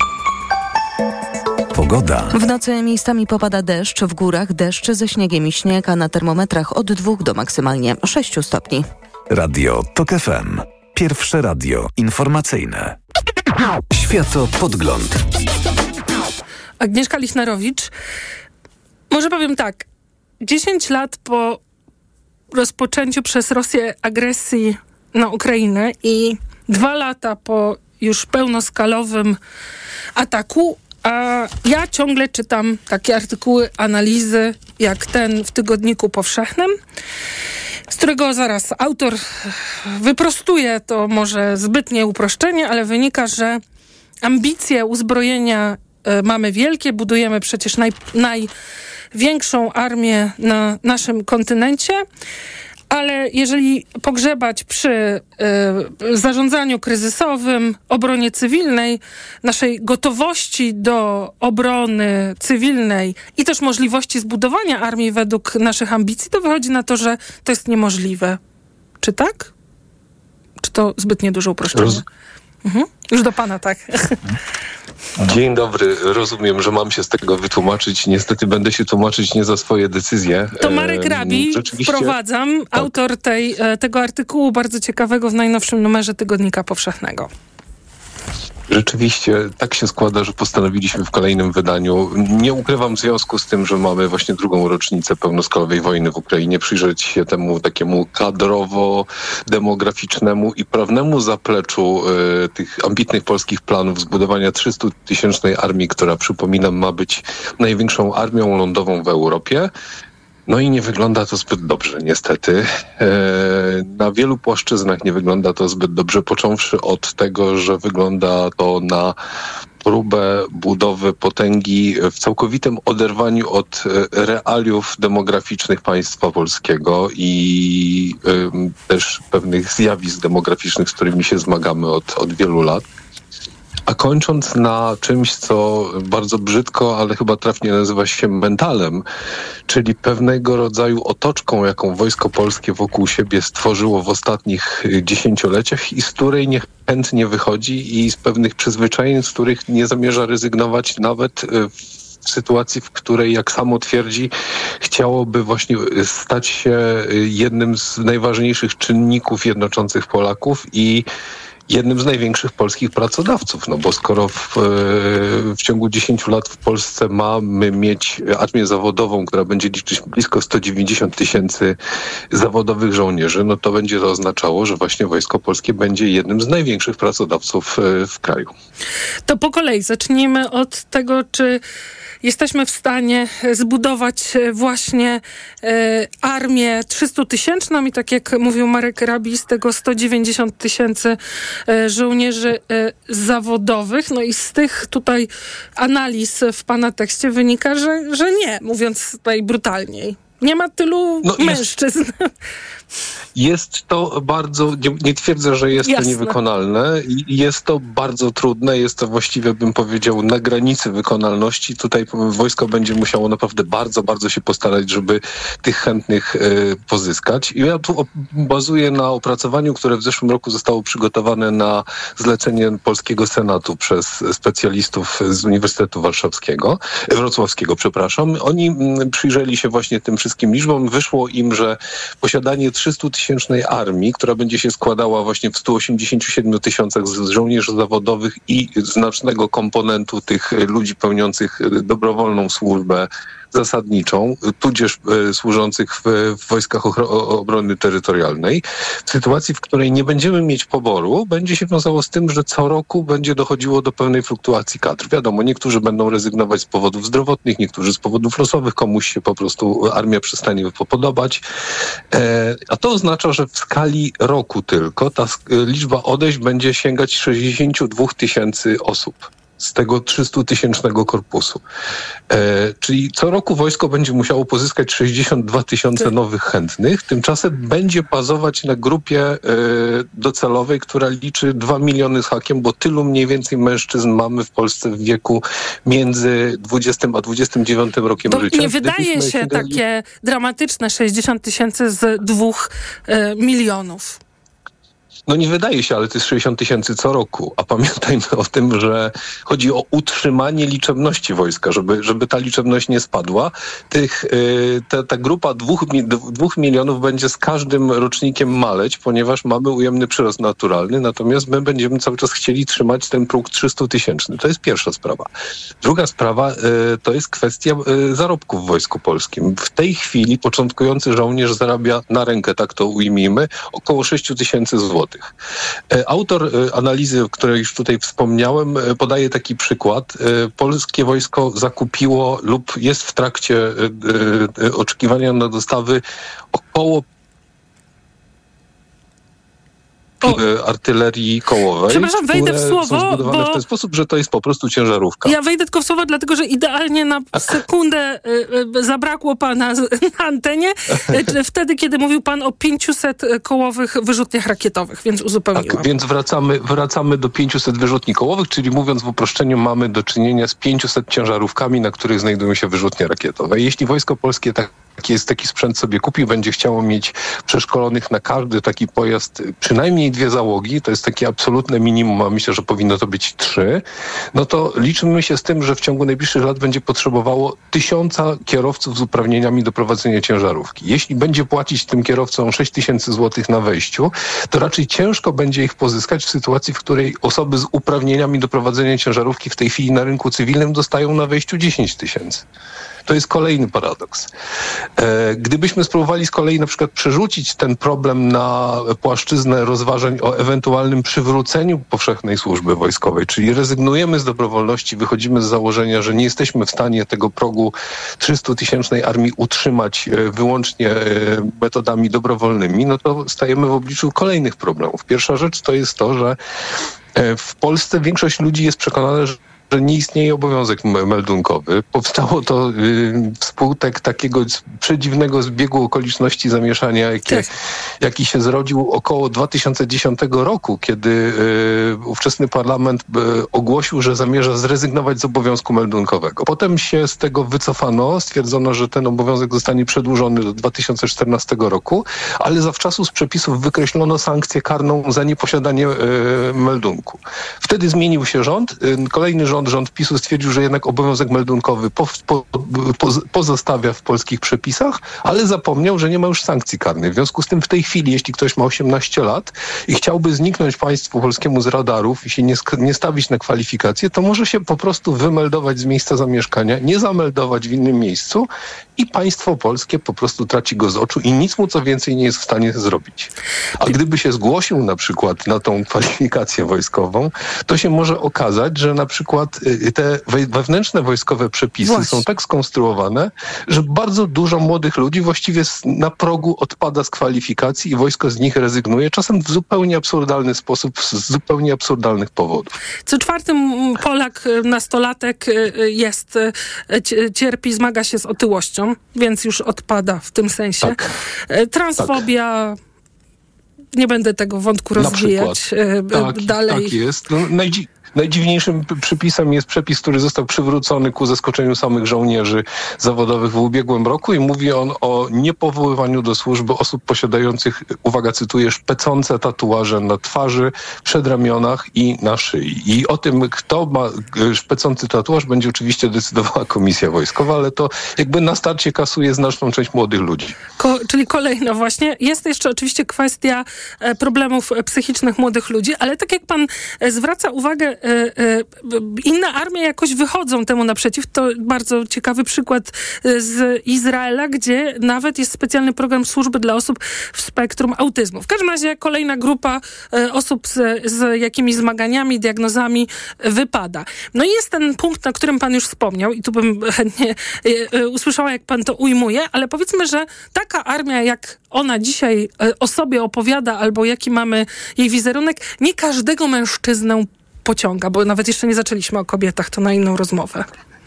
Pogoda. W nocy miejscami popada deszcz, w górach deszcz ze śniegiem i śnieg, a na termometrach od 2 do maksymalnie 6 stopni. Radio TOK FM. Pierwsze radio informacyjne. Światopodgląd. Agnieszka Lichnerowicz. Może powiem tak. 10 lat po rozpoczęciu przez Rosję agresji na Ukrainę i 2 lata po już pełnoskalowym ataku, a ja ciągle czytam takie artykuły, analizy, jak ten w Tygodniku Powszechnym, z którego zaraz autor wyprostuje to może zbytnie uproszczenie, ale wynika, że ambicje uzbrojenia mamy wielkie, budujemy przecież największą armię na naszym kontynencie, ale jeżeli pogrzebać przy zarządzaniu kryzysowym, obronie cywilnej, naszej gotowości do obrony cywilnej i też możliwości zbudowania armii według naszych ambicji, to wychodzi na to, że to jest niemożliwe. Czy tak? Czy to zbytnie duże uproszczenie? Już do pana, tak. Dzień dobry. Rozumiem, że mam się z tego wytłumaczyć. Niestety będę się tłumaczyć nie za swoje decyzje. To Marek Rabi, wprowadzam, tak. Autor tego artykułu bardzo ciekawego w najnowszym numerze Tygodnika Powszechnego. Rzeczywiście tak się składa, że postanowiliśmy w kolejnym wydaniu, nie ukrywam w związku z tym, że mamy właśnie drugą rocznicę pełnoskalowej wojny w Ukrainie, przyjrzeć się temu takiemu kadrowo-demograficznemu i prawnemu zapleczu tych ambitnych polskich planów zbudowania 300-tysięcznej armii, która, przypominam, ma być największą armią lądową w Europie. No i nie wygląda to zbyt dobrze, niestety. Na wielu płaszczyznach nie wygląda to zbyt dobrze, począwszy od tego, że wygląda to na próbę budowy potęgi w całkowitym oderwaniu od realiów demograficznych państwa polskiego i też pewnych zjawisk demograficznych, z którymi się zmagamy od wielu lat. A kończąc na czymś, co bardzo brzydko, ale chyba trafnie nazywa się mentalem, czyli pewnego rodzaju otoczką, jaką Wojsko Polskie wokół siebie stworzyło w ostatnich dziesięcioleciach i z której niechętnie wychodzi i z pewnych przyzwyczajeń, z których nie zamierza rezygnować nawet w sytuacji, w której, jak samo twierdzi, chciałoby właśnie stać się jednym z najważniejszych czynników jednoczących Polaków i jednym z największych polskich pracodawców, no bo skoro w ciągu 10 lat w Polsce mamy mieć armię zawodową, która będzie liczyć blisko 190 000 zawodowych żołnierzy, no to będzie to oznaczało, że właśnie Wojsko Polskie będzie jednym z największych pracodawców w kraju. To po kolei zacznijmy od tego, czy jesteśmy w stanie zbudować właśnie armię 300-tysięczną i tak jak mówił Marek Rabi, z tego 190 000 żołnierzy zawodowych. No i z tych tutaj analiz w pana tekście wynika, że nie, mówiąc tutaj brutalniej. Nie ma tylu mężczyzn. Jest to bardzo, nie twierdzę, że jest to niewykonalne. Jest to bardzo trudne, jest to właściwie, bym powiedział, na granicy wykonalności. Tutaj wojsko będzie musiało naprawdę bardzo, bardzo się postarać, żeby tych chętnych pozyskać. I ja tu bazuję na opracowaniu, które w zeszłym roku zostało przygotowane na zlecenie Polskiego Senatu przez specjalistów z Uniwersytetu Wrocławskiego. Oni przyjrzeli się właśnie tym wszystkim liczbom. Wyszło im, że posiadanie 300-tysięcznej armii, która będzie się składała właśnie w 187 000 z żołnierzy zawodowych i znacznego komponentu tych ludzi pełniących dobrowolną służbę zasadniczą, tudzież służących w Wojskach Obrony Terytorialnej. W sytuacji, w której nie będziemy mieć poboru, będzie się wiązało z tym, że co roku będzie dochodziło do pewnej fluktuacji kadr. Wiadomo, niektórzy będą rezygnować z powodów zdrowotnych, niektórzy z powodów losowych, komuś się po prostu armia przestanie podobać. A to oznacza, że w skali roku tylko ta liczba odejść będzie sięgać 62 000 osób z tego 300-tysięcznego korpusu. Czyli co roku wojsko będzie musiało pozyskać 62 000 nowych chętnych. Tymczasem będzie bazować na grupie docelowej, która liczy 2 miliony z hakiem, bo tylu mniej więcej mężczyzn mamy w Polsce w wieku między 20 a 29 rokiem to życia. Nie wydaje się takie dramatyczne 60 000 z 2 milionów. No nie wydaje się, ale to jest 60 000 co roku. A pamiętajmy o tym, że chodzi o utrzymanie liczebności wojska, żeby ta liczebność nie spadła. Ta grupa 2 milionów będzie z każdym rocznikiem maleć, ponieważ mamy ujemny przyrost naturalny, natomiast my będziemy cały czas chcieli trzymać ten próg 300-tysięczny. To jest pierwsza sprawa. Druga sprawa to jest kwestia zarobków w Wojsku Polskim. W tej chwili początkujący żołnierz zarabia na rękę, tak to ujmijmy, około 6 000 złotych. Autor analizy, o której już tutaj wspomniałem, podaje taki przykład. Polskie wojsko zakupiło lub jest w trakcie oczekiwania na dostawy około artylerii kołowej. Przepraszam, wejdę w słowo, są zbudowane w ten sposób, że to jest po prostu ciężarówka. Ja wejdę tylko w słowo, dlatego że idealnie na sekundę zabrakło pana na antenie, wtedy, kiedy mówił pan o 500 kołowych wyrzutniach rakietowych, więc uzupełniłam. Tak, więc wracamy do 500 wyrzutni kołowych, czyli mówiąc w uproszczeniu, mamy do czynienia z 500 ciężarówkami, na których znajdują się wyrzutnie rakietowe. Jeśli Wojsko Polskie tak taki sprzęt sobie kupi, będzie chciało mieć przeszkolonych na każdy taki pojazd przynajmniej 2 załogi, to jest takie absolutne minimum, a myślę, że powinno to być 3, no to liczymy się z tym, że w ciągu najbliższych lat będzie potrzebowało 1000 kierowców z uprawnieniami do prowadzenia ciężarówki. Jeśli będzie płacić tym kierowcom 6000 zł na wejściu, to raczej ciężko będzie ich pozyskać w sytuacji, w której osoby z uprawnieniami do prowadzenia ciężarówki w tej chwili na rynku cywilnym dostają na wejściu 10 000. To jest kolejny paradoks. Gdybyśmy spróbowali z kolei na przykład przerzucić ten problem na płaszczyznę rozważań o ewentualnym przywróceniu powszechnej służby wojskowej, czyli rezygnujemy z dobrowolności, wychodzimy z założenia, że nie jesteśmy w stanie tego progu 300-tysięcznej armii utrzymać wyłącznie metodami dobrowolnymi, no to stajemy w obliczu kolejnych problemów. Pierwsza rzecz to jest to, że w Polsce większość ludzi jest przekonana, że nie istnieje obowiązek meldunkowy. Powstało to wskutek takiego przedziwnego zbiegu okoliczności zamieszania, jaki się zrodził około 2010 roku, kiedy ówczesny parlament ogłosił, że zamierza zrezygnować z obowiązku meldunkowego. Potem się z tego wycofano, stwierdzono, że ten obowiązek zostanie przedłużony do 2014 roku, ale zawczasu z przepisów wykreślono sankcję karną za nieposiadanie meldunku. Wtedy zmienił się rząd, kolejny rząd PiS-u stwierdził, że jednak obowiązek meldunkowy pozostawia w polskich przepisach, ale zapomniał, że nie ma już sankcji karnej. W związku z tym w tej chwili, jeśli ktoś ma 18 lat i chciałby zniknąć państwu polskiemu z radarów i się nie stawić na kwalifikacje, to może się po prostu wymeldować z miejsca zamieszkania, nie zameldować w innym miejscu i państwo polskie po prostu traci go z oczu i nic mu co więcej nie jest w stanie zrobić. A gdyby się zgłosił na przykład na tą kwalifikację wojskową, to się może okazać, że na przykład te wewnętrzne wojskowe przepisy są tak skonstruowane, że bardzo dużo młodych ludzi właściwie na progu odpada z kwalifikacji i wojsko z nich rezygnuje, czasem w zupełnie absurdalny sposób, z zupełnie absurdalnych powodów. Co 4. Polak, nastolatek cierpi, zmaga się z otyłością, więc już odpada w tym sensie. Tak. Transfobia... Tak. Nie będę tego wątku rozwijać dalej. Tak jest. No, najdziwniejszym przepisem jest przepis, który został przywrócony ku zaskoczeniu samych żołnierzy zawodowych w ubiegłym roku i mówi on o niepowoływaniu do służby osób posiadających, uwaga, cytuję, szpecące tatuaże na twarzy, przedramionach i na szyi. I o tym, kto ma szpecący tatuaż, będzie oczywiście decydowała Komisja Wojskowa, ale to jakby na starcie kasuje znaczną część młodych ludzi. Czyli kolejno właśnie. Jest jeszcze oczywiście kwestia problemów psychicznych młodych ludzi, ale tak jak pan zwraca uwagę, inne armie jakoś wychodzą temu naprzeciw. To bardzo ciekawy przykład z Izraela, gdzie nawet jest specjalny program służby dla osób w spektrum autyzmu. W każdym razie kolejna grupa osób z jakimiś zmaganiami, diagnozami wypada. No i jest ten punkt, na którym pan już wspomniał i tu bym chętnie usłyszała, jak pan to ujmuje, ale powiedzmy, że taka armia, jak ona dzisiaj o sobie opowiada, albo jaki mamy jej wizerunek, nie każdego mężczyznę pociąga, bo nawet jeszcze nie zaczęliśmy o kobietach, to na inną rozmowę.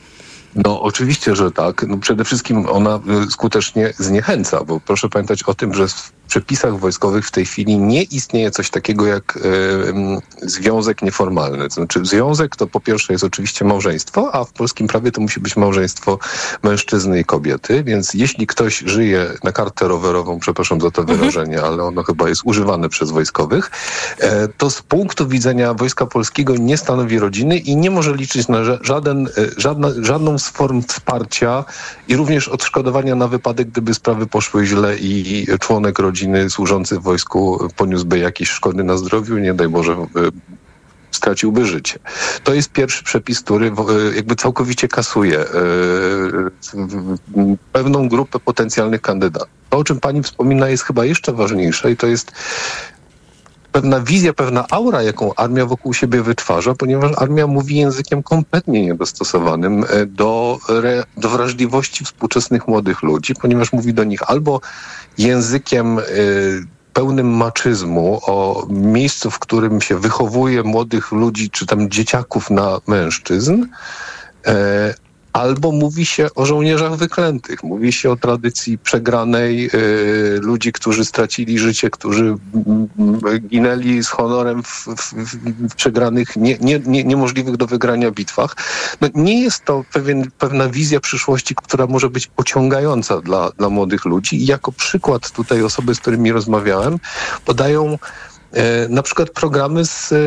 No oczywiście, że tak. No, przede wszystkim ona skutecznie zniechęca, bo proszę pamiętać o tym, że w przepisach wojskowych w tej chwili nie istnieje coś takiego jak związek nieformalny. To znaczy związek to po pierwsze jest oczywiście małżeństwo, a w polskim prawie to musi być małżeństwo mężczyzny i kobiety, więc jeśli ktoś żyje na kartę rowerową, przepraszam za to wyrażenie, ale ono chyba jest używane przez wojskowych, to z punktu widzenia Wojska Polskiego nie stanowi rodziny i nie może liczyć na żadną z form wsparcia i również odszkodowania na wypadek, gdyby sprawy poszły źle i członek rodziny służący w wojsku poniósłby jakieś szkody na zdrowiu, nie daj Boże, straciłby życie. To jest pierwszy przepis, który jakby całkowicie kasuje pewną grupę potencjalnych kandydatów. To, o czym pani wspomina, jest chyba jeszcze ważniejsze i to jest pewna wizja, pewna aura, jaką armia wokół siebie wytwarza, ponieważ armia mówi językiem kompletnie niedostosowanym do wrażliwości współczesnych młodych ludzi, ponieważ mówi do nich albo językiem pełnym maczyzmu o miejscu, w którym się wychowuje młodych ludzi, czy tam dzieciaków na mężczyzn, albo mówi się o żołnierzach wyklętych, mówi się o tradycji przegranej, ludzi, którzy stracili życie, którzy ginęli z honorem w przegranych, niemożliwych do wygrania bitwach. No, nie jest to pewna wizja przyszłości, która może być pociągająca dla młodych ludzi. I jako przykład tutaj osoby, z którymi rozmawiałem, podają na przykład programy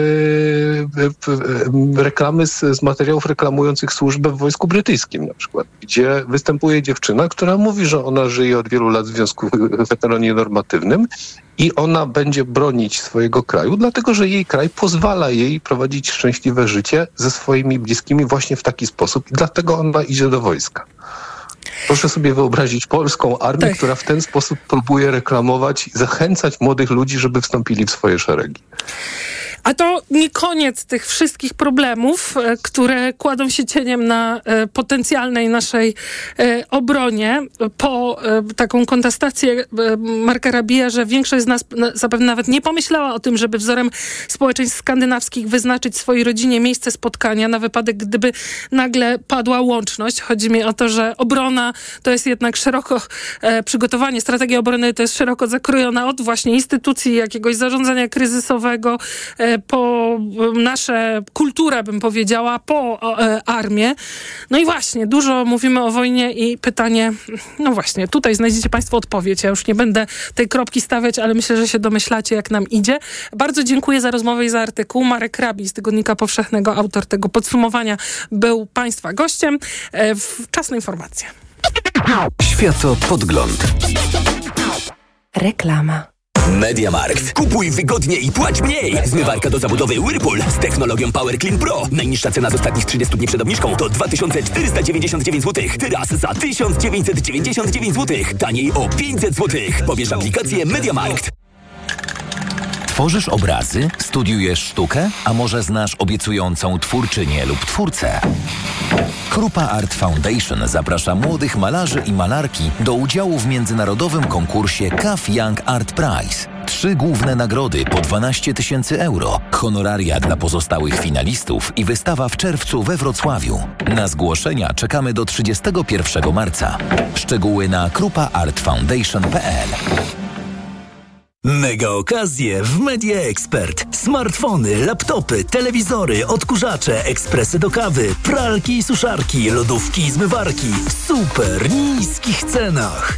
reklamy z materiałów reklamujących służbę w Wojsku Brytyjskim na przykład, gdzie występuje dziewczyna, która mówi, że ona żyje od wielu lat w związku heteronormatywnym i ona będzie bronić swojego kraju, dlatego że jej kraj pozwala jej prowadzić szczęśliwe życie ze swoimi bliskimi właśnie w taki sposób i dlatego ona idzie do wojska. Proszę sobie wyobrazić polską armię, która w ten sposób próbuje reklamować i zachęcać młodych ludzi, żeby wstąpili w swoje szeregi. A to nie koniec tych wszystkich problemów, które kładą się cieniem na potencjalnej naszej obronie. Po taką kontestację Marka Rabija, że większość z nas zapewne nawet nie pomyślała o tym, żeby wzorem społeczeństw skandynawskich wyznaczyć swojej rodzinie miejsce spotkania na wypadek, gdyby nagle padła łączność. Chodzi mi o to, że obrona to jest jednak szeroko przygotowanie, strategia obrony to jest szeroko zakrojona od właśnie instytucji jakiegoś zarządzania kryzysowego, po nasze kulturę, bym powiedziała, po armię. No i właśnie, dużo mówimy o wojnie i pytanie, no właśnie, tutaj znajdziecie państwo odpowiedź. Ja już nie będę tej kropki stawiać, ale myślę, że się domyślacie, jak nam idzie. Bardzo dziękuję za rozmowę i za artykuł. Marek Rabi z Tygodnika Powszechnego, autor tego podsumowania, był państwa gościem. Czas na informacje. Światopodgląd. Reklama. MediaMarkt. Kupuj wygodnie i płać mniej. Zmywarka do zabudowy Whirlpool z technologią Power Clean Pro. Najniższa cena z ostatnich 30 dni przed obniżką to 2499 zł. Teraz za 1999 zł. Taniej o 500 zł. Pobierz aplikację MediaMarkt. Tworzysz obrazy? Studiujesz sztukę? A może znasz obiecującą twórczynię lub twórcę? Krupa Art Foundation zaprasza młodych malarzy i malarki do udziału w międzynarodowym konkursie CAF Young Art Prize. 3 główne nagrody po 12 000 euro, honoraria dla pozostałych finalistów i wystawa w czerwcu we Wrocławiu. Na zgłoszenia czekamy do 31 marca. Szczegóły na krupaartfoundation.pl. Mega okazje w Media Expert. Smartfony, laptopy, telewizory, odkurzacze, ekspresy do kawy, pralki i suszarki, lodówki i zmywarki w super niskich cenach.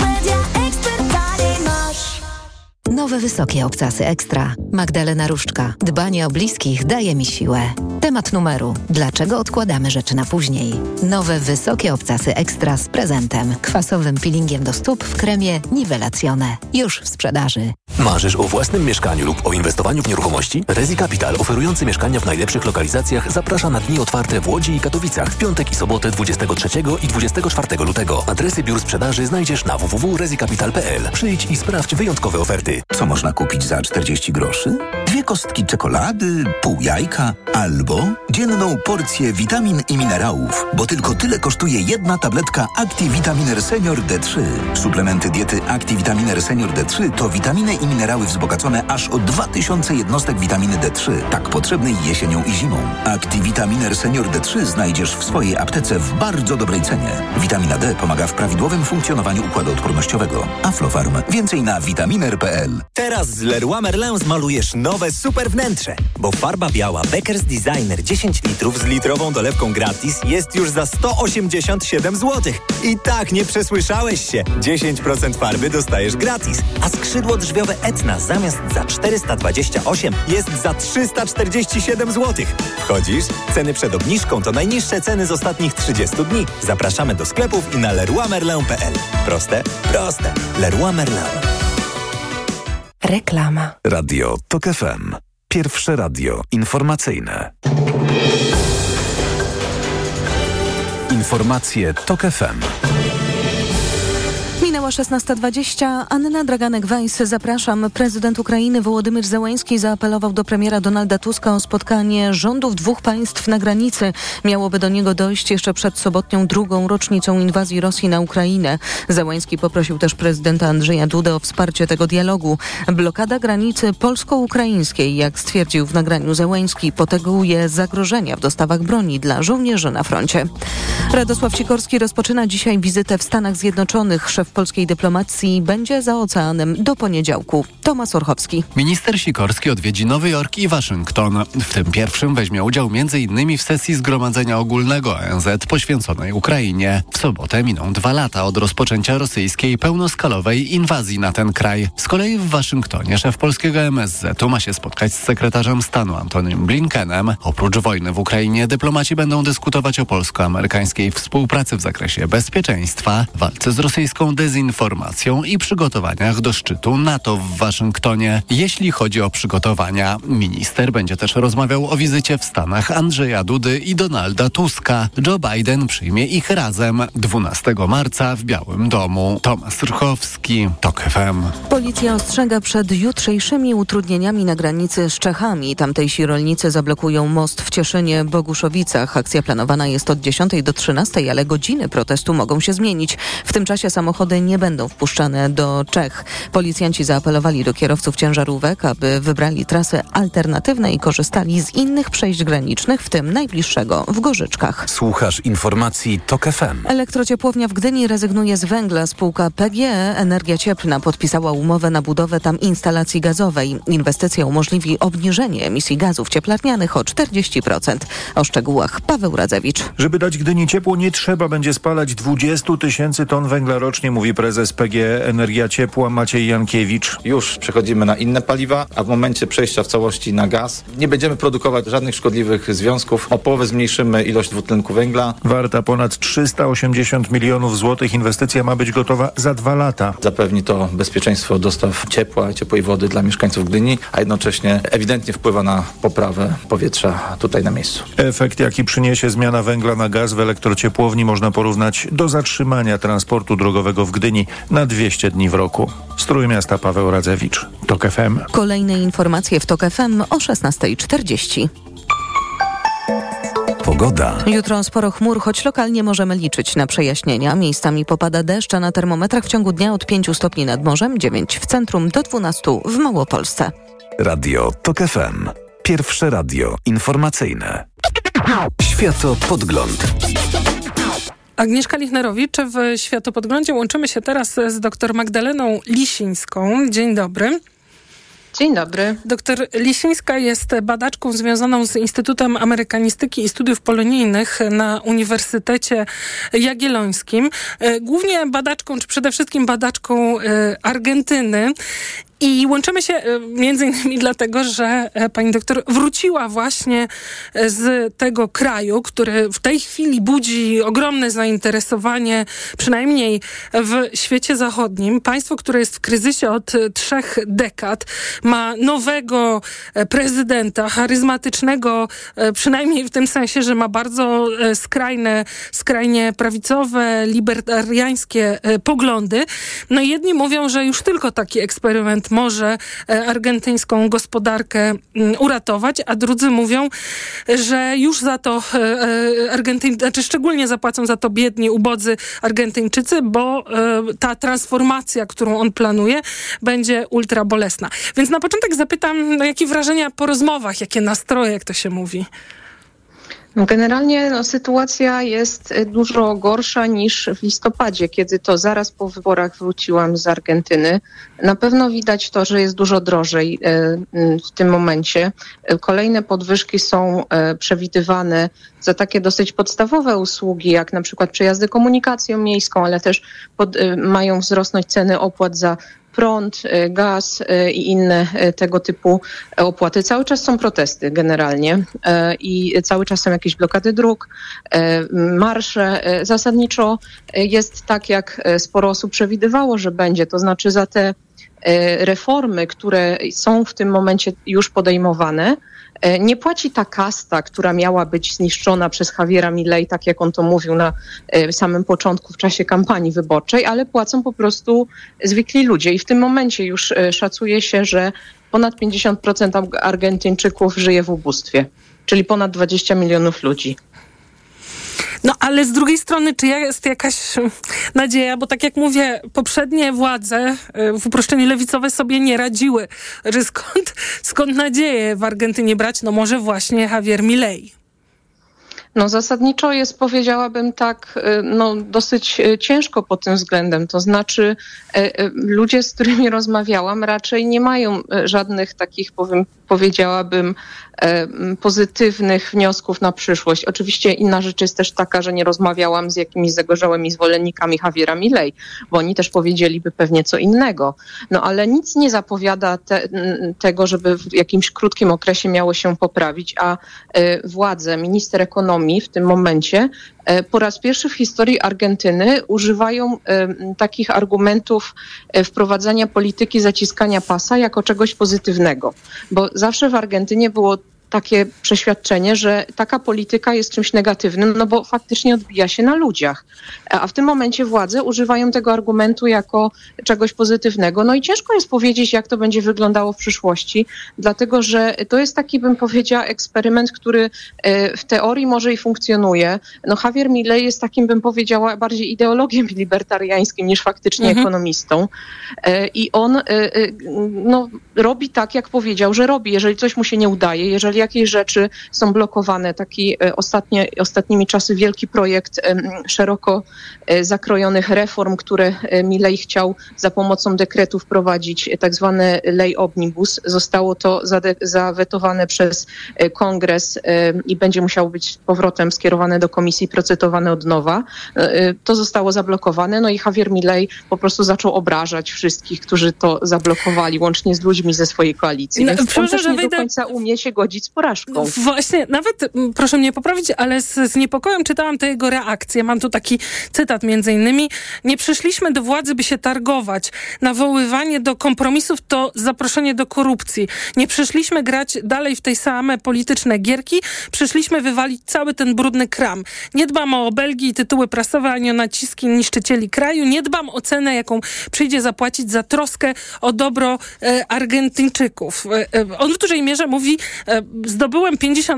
Nowe wysokie obcasy Ekstra. Magdalena Różczka. Dbanie o bliskich daje mi siłę. Temat numeru. Dlaczego odkładamy rzeczy na później? Nowe wysokie obcasy Ekstra z prezentem. Kwasowym peelingiem do stóp w kremie Niwelacjone. Już w sprzedaży. Marzysz o własnym mieszkaniu lub o inwestowaniu w nieruchomości? Resi Capital, oferujący mieszkania w najlepszych lokalizacjach, zaprasza na dni otwarte w Łodzi i Katowicach w piątek i sobotę 23 i 24 lutego. Adresy biur sprzedaży znajdziesz na www.resicapital.pl. Przyjdź i sprawdź wyjątkowe oferty. Co można kupić za 40 groszy? 2 kostki czekolady, pół jajka albo dzienną porcję witamin i minerałów, bo tylko tyle kosztuje jedna tabletka ActiVitaminer Senior D3. Suplementy diety ActiVitaminer Senior D3 to witaminy i minerały wzbogacone aż o 2000 jednostek witaminy D3, tak potrzebnej jesienią i zimą. ActiVitaminer Senior D3 znajdziesz w swojej aptece w bardzo dobrej cenie. Witamina D pomaga w prawidłowym funkcjonowaniu układu odpornościowego. Aflofarm. Więcej na vitaminer.pl. Teraz z Leroy Merlin zmalujesz nowe super wnętrze, bo farba biała Beckers Designer 10 litrów z litrową dolewką gratis jest już za 187 zł. I tak nie przesłyszałeś się. 10% farby dostajesz gratis, a skrzydło drzwiowe Etna zamiast za 428 jest za 347 zł. Wchodzisz? Ceny przed obniżką to najniższe ceny z ostatnich 30 dni. Zapraszamy do sklepów i na leroymerlin.pl. Proste? Proste. Leroy Merlin. Reklama. Radio TOK FM. Pierwsze radio informacyjne. Informacje TOK FM. Minęła Minęła 16:20. Anna Draganek-Weiss, zapraszam. Prezydent Ukrainy Wołodymyr Zełenski zaapelował do premiera Donalda Tuska o spotkanie rządów dwóch państw na granicy. Miałoby do niego dojść jeszcze przed sobotnią drugą rocznicą inwazji Rosji na Ukrainę. Zełenski poprosił też prezydenta Andrzeja Dudę o wsparcie tego dialogu. Blokada granicy polsko-ukraińskiej, jak stwierdził w nagraniu Zełenski, potęguje zagrożenia w dostawach broni dla żołnierzy na froncie. Radosław Sikorski rozpoczyna dzisiaj wizytę w Stanach Zjednoczonych. Szef polskiej dyplomacji będzie za oceanem do poniedziałku. Tomasz Orchowski. Minister Sikorski odwiedzi Nowy Jork i Waszyngton. W tym pierwszym weźmie udział m.in. w sesji Zgromadzenia Ogólnego ONZ poświęconej Ukrainie. W sobotę miną 2 lata od rozpoczęcia rosyjskiej pełnoskalowej inwazji na ten kraj. Z kolei w Waszyngtonie szef polskiego MSZ-u ma się spotkać z sekretarzem stanu Antonym Blinkenem. Oprócz wojny w Ukrainie dyplomaci będą dyskutować o polsko-amerykańskiej współpracy w zakresie bezpieczeństwa, walce z rosyjską dezinformacją i przygotowaniach do szczytu NATO w Waszyngtonie. Jeśli chodzi o przygotowania, minister będzie też rozmawiał o wizycie w Stanach Andrzeja Dudy i Donalda Tuska. Joe Biden przyjmie ich razem 12 marca w Białym Domu. Tomasz Rychowski, TOK FM. Policja ostrzega przed jutrzejszymi utrudnieniami na granicy z Czechami. Tamtejsi rolnicy zablokują most w Cieszynie-Boguszowicach. Akcja planowana jest od 10 do 13, ale godziny protestu mogą się zmienić. W tym czasie samochody nie będą wpuszczane do Czech. Policjanci zaapelowali do kierowców ciężarówek, aby wybrali trasy alternatywne i korzystali z innych przejść granicznych, w tym najbliższego w Gorzyczkach. Słuchasz informacji TOK FM. Elektrociepłownia w Gdyni rezygnuje z węgla. Spółka PGE Energia Cieplna podpisała umowę na budowę tam instalacji gazowej. Inwestycja umożliwi obniżenie emisji gazów cieplarnianych o 40%. O szczegółach Paweł Radzewicz. Żeby dać Gdyni ciepło, nie trzeba będzie spalać 20 000 ton węgla rocznie, mówi prezes PGE Energia Ciepła Maciej Jankiewicz. Już przechodzimy na inne paliwa, a w momencie przejścia w całości na gaz nie będziemy produkować żadnych szkodliwych związków. O połowę zmniejszymy ilość dwutlenku węgla. Warta ponad 380 milionów złotych. Inwestycja ma być gotowa za 2 lata. Zapewni to bezpieczeństwo dostaw ciepła, ciepłej wody dla mieszkańców Gdyni, a jednocześnie ewidentnie wpływa na poprawę powietrza tutaj na miejscu. Efekt, jaki przyniesie zmiana węgla na gaz w elektrociepłowni, można porównać do zatrzymania transportu drogowego w Gdyni na 200 dni w roku. Z Trójmiasta Paweł Radzewicz, TOK FM. Kolejne informacje w TOK FM o 16:40. Pogoda. Jutro sporo chmur, choć lokalnie możemy liczyć na przejaśnienia. Miejscami popada deszcz, a na termometrach w ciągu dnia od 5 stopni nad morzem, 9 w centrum do 12 w Małopolsce. Radio TOK FM. Pierwsze radio informacyjne. Światopodgląd. Agnieszka Lichnerowicz w Światopodglądzie. Łączymy się teraz z dr Magdaleną Lisińską. Dzień dobry. Dzień dobry. Doktor Lisińska jest badaczką związaną z Instytutem Amerykanistyki i Studiów Polonijnych na Uniwersytecie Jagiellońskim. Głównie badaczką, czy przede wszystkim badaczką Argentyny. I łączymy się między innymi dlatego, że pani doktor wróciła właśnie z tego kraju, który w tej chwili budzi ogromne zainteresowanie, przynajmniej w świecie zachodnim. Państwo, które jest w kryzysie od 3 dekad, ma nowego prezydenta, charyzmatycznego, przynajmniej w tym sensie, że ma bardzo skrajnie prawicowe, libertariańskie poglądy. No i jedni mówią, że już tylko taki eksperyment może argentyńską gospodarkę uratować, a drudzy mówią, że już za to szczególnie zapłacą za to biedni, ubodzy Argentyńczycy, bo ta transformacja, którą on planuje, będzie ultra bolesna. Więc na początek zapytam, jakie wrażenia po rozmowach, jakie nastroje, jak to się mówi? Generalnie sytuacja jest dużo gorsza niż w listopadzie, kiedy to zaraz po wyborach wróciłam z Argentyny. Na pewno widać to, że jest dużo drożej w tym momencie. Kolejne podwyżki są przewidywane za takie dosyć podstawowe usługi, jak na przykład przejazdy komunikacją miejską, ale też mają wzrosnąć ceny opłat za prąd, gaz i inne tego typu opłaty. Cały czas są protesty generalnie i cały czas są jakieś blokady dróg, marsze. Zasadniczo jest tak, jak sporo osób przewidywało, że będzie. To znaczy za te reformy, które są w tym momencie już podejmowane, nie płaci ta kasta, która miała być zniszczona przez Javiera Milei, tak jak on to mówił na samym początku w czasie kampanii wyborczej, ale płacą po prostu zwykli ludzie. I w tym momencie już szacuje się, że ponad 50% Argentyńczyków żyje w ubóstwie, czyli ponad 20 milionów ludzi. No ale z drugiej strony, czy jest jakaś nadzieja, bo tak jak mówię, poprzednie władze w uproszczeniu lewicowe sobie nie radziły. Że skąd nadzieję w Argentynie brać? No może właśnie Javier Milei. No zasadniczo jest, powiedziałabym tak, no dosyć ciężko pod tym względem. To znaczy ludzie, z którymi rozmawiałam, raczej nie mają żadnych takich, powiedziałabym, pozytywnych wniosków na przyszłość. Oczywiście inna rzecz jest też taka, że nie rozmawiałam z jakimiś zagorzałymi zwolennikami Javiera Milei, bo oni też powiedzieliby pewnie co innego. No ale nic nie zapowiada tego, żeby w jakimś krótkim okresie miało się poprawić, a władze, minister ekonomii w tym momencie po raz pierwszy w historii Argentyny używają takich argumentów wprowadzania polityki zaciskania pasa jako czegoś pozytywnego. Bo zawsze w Argentynie było takie przeświadczenie, że taka polityka jest czymś negatywnym, no bo faktycznie odbija się na ludziach. A w tym momencie władze używają tego argumentu jako czegoś pozytywnego. No i ciężko jest powiedzieć, jak to będzie wyglądało w przyszłości, dlatego że to jest taki, bym powiedziała, eksperyment, który w teorii może i funkcjonuje. No Javier Milei jest takim, bym powiedziała, bardziej ideologiem libertariańskim niż faktycznie ekonomistą. I on no, robi tak, jak powiedział, że robi. Jeżeli coś mu się nie udaje, jeżeli jakieś rzeczy są blokowane, taki ostatnimi czasy wielki projekt szeroko zakrojonych reform, które Milei chciał za pomocą dekretu wprowadzić, tak zwany ley omnibus. Zostało to zawetowane przez kongres i będzie musiało być z powrotem skierowane do komisji, procedowane od nowa. To zostało zablokowane, no i Javier Milei po prostu zaczął obrażać wszystkich, którzy to zablokowali, łącznie z ludźmi ze swojej koalicji. No, więc on też nie do końca umie się godzić z porażką. Właśnie, nawet, proszę mnie poprawić, ale z niepokojem czytałam te jego reakcje. Mam tu taki cytat między innymi. Nie przyszliśmy do władzy, by się targować. Nawoływanie do kompromisów to zaproszenie do korupcji. Nie przyszliśmy grać dalej w tej same polityczne gierki. Przyszliśmy wywalić cały ten brudny kram. Nie dbam o obelgi i tytuły prasowe, ani o naciski niszczycieli kraju. Nie dbam o cenę, jaką przyjdzie zapłacić za troskę o dobro Argentyńczyków. On w dużej mierze mówi, zdobyłem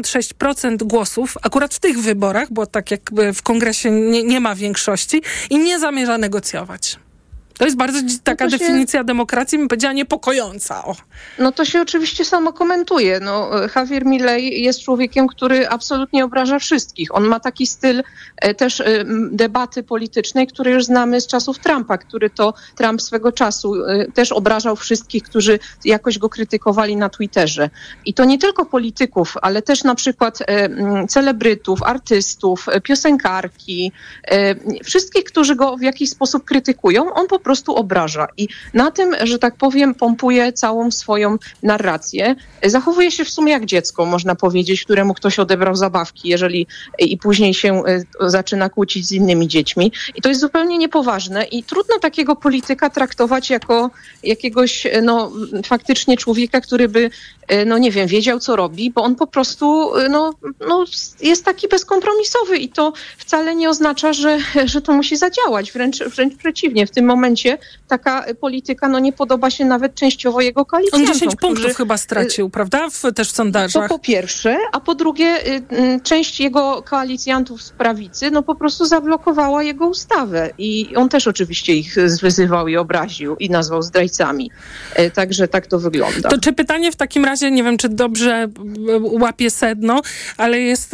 56% głosów akurat w tych wyborach, bo tak jak w kongresie nie ma większości i nie zamierza negocjować. To jest bardzo taka definicja demokracji, bym powiedziała, niepokojąca. No to się oczywiście samo komentuje. No, Javier Milei jest człowiekiem, który absolutnie obraża wszystkich. On ma taki styl też debaty politycznej, który już znamy z czasów Trumpa, który to Trump swego czasu też obrażał wszystkich, którzy jakoś go krytykowali na Twitterze. I to nie tylko polityków, ale też na przykład celebrytów, artystów, piosenkarki, wszystkich, którzy go w jakiś sposób krytykują, on po prostu obraża. I na tym, że tak powiem, pompuje całą swoją narrację. Zachowuje się w sumie jak dziecko, można powiedzieć, któremu ktoś odebrał zabawki, jeżeli i później się zaczyna kłócić z innymi dziećmi. I to jest zupełnie niepoważne i trudno takiego polityka traktować jako jakiegoś, no, faktycznie człowieka, który by, no nie wiem, wiedział, co robi, bo on po prostu, no jest taki bezkompromisowy i to wcale nie oznacza, że to musi zadziałać. Wręcz przeciwnie. W tym momencie taka polityka nie podoba się nawet częściowo jego koalicjantom. On 10 punktów chyba stracił, prawda? Też w sondażach. To po pierwsze, a po drugie część jego koalicjantów z prawicy po prostu zablokowała jego ustawę i on też oczywiście ich wyzywał i obraził i nazwał zdrajcami. Także tak to wygląda. To czy pytanie w takim razie, nie wiem, czy dobrze łapie sedno, ale jest,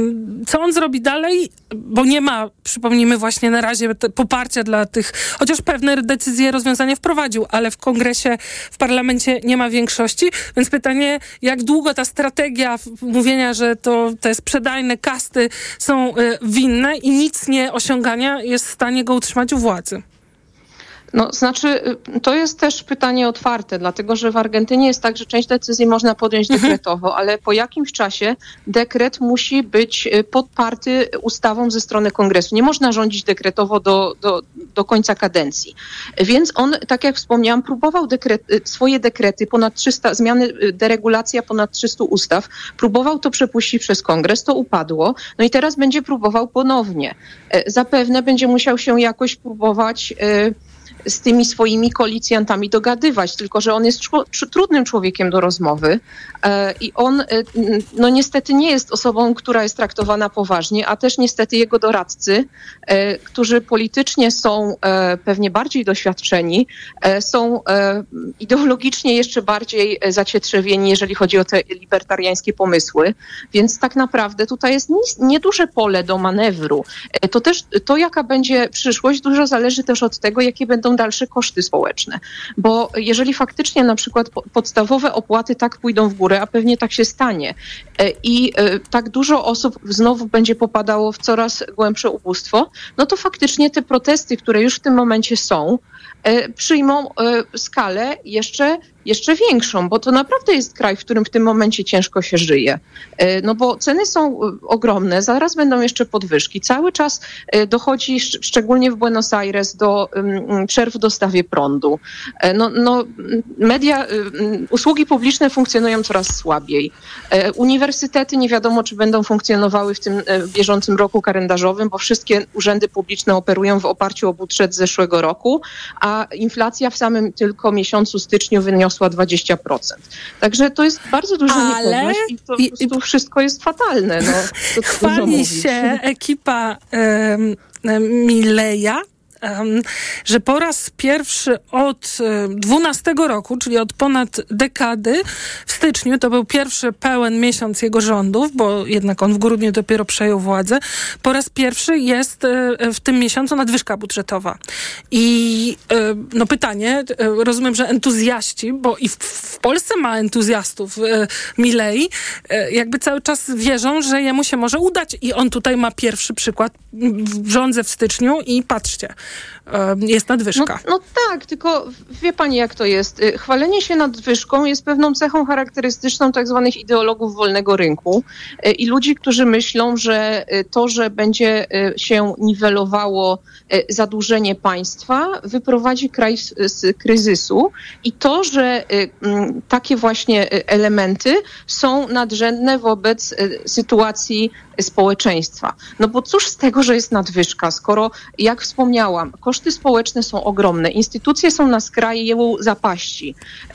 co on zrobi dalej? Bo nie ma, przypomnijmy właśnie na razie poparcia dla tych, chociaż pewne decyzje, rozwiązania wprowadził, ale w kongresie, w parlamencie nie ma większości, więc pytanie, jak długo ta strategia mówienia, że te sprzedajne kasty są winne i nic nie osiągania jest w stanie go utrzymać u władzy? No, znaczy, to jest też pytanie otwarte, dlatego że w Argentynie jest tak, że część decyzji można podjąć dekretowo, ale po jakimś czasie dekret musi być podparty ustawą ze strony Kongresu. Nie można rządzić dekretowo do końca kadencji. Więc on, tak jak wspomniałam, próbował swoje dekrety, ponad 300 zmiany, deregulacja ponad 300 ustaw, próbował to przepuścić przez Kongres, to upadło, no i teraz będzie próbował ponownie. Zapewne będzie musiał się jakoś próbować z tymi swoimi koalicjantami dogadywać, tylko że on jest trudnym człowiekiem do rozmowy i on no niestety nie jest osobą, która jest traktowana poważnie, a też niestety jego doradcy, którzy politycznie są pewnie bardziej doświadczeni, są ideologicznie jeszcze bardziej zacietrzewieni, jeżeli chodzi o te libertariańskie pomysły, więc tak naprawdę tutaj jest nieduże pole do manewru. To też to, jaka będzie przyszłość, dużo zależy też od tego, jakie będą dalsze koszty społeczne. Bo jeżeli faktycznie na przykład podstawowe opłaty tak pójdą w górę, a pewnie tak się stanie i tak dużo osób znowu będzie popadało w coraz głębsze ubóstwo, no to faktycznie te protesty, które już w tym momencie są, przyjmą skalę jeszcze większą, bo to naprawdę jest kraj, w którym w tym momencie ciężko się żyje. No bo ceny są ogromne, zaraz będą jeszcze podwyżki. Cały czas dochodzi, szczególnie w Buenos Aires, do przerw w dostawie prądu. Usługi publiczne funkcjonują coraz słabiej. Uniwersytety nie wiadomo, czy będą funkcjonowały w tym bieżącym roku kalendarzowym, bo wszystkie urzędy publiczne operują w oparciu o budżet z zeszłego roku, a inflacja w samym tylko miesiącu styczniu wyniosła 20%. Także to jest bardzo duża niepewność i to wszystko jest fatalne. No, chwali się ekipa Mileja, że po raz pierwszy od 12 roku, czyli od ponad dekady, w styczniu, to był pierwszy pełen miesiąc jego rządów, bo jednak on w grudniu dopiero przejął władzę, po raz pierwszy jest w tym miesiącu nadwyżka budżetowa. I no pytanie, rozumiem, że entuzjaści, bo i w Polsce ma entuzjastów Milei, jakby cały czas wierzą, że jemu się może udać i on tutaj ma pierwszy przykład w rządze w styczniu i patrzcie, jest nadwyżka. No tak, tylko wie pani, jak to jest. Chwalenie się nadwyżką jest pewną cechą charakterystyczną tak zwanych ideologów wolnego rynku i ludzi, którzy myślą, że to, że będzie się niwelowało zadłużenie państwa, wyprowadzi kraj z kryzysu i to, że takie właśnie elementy są nadrzędne wobec sytuacji społeczeństwa. No bo cóż z tego, że jest nadwyżka, skoro, jak wspomniałam, koszty społeczne są ogromne, instytucje są na skraju zapaści.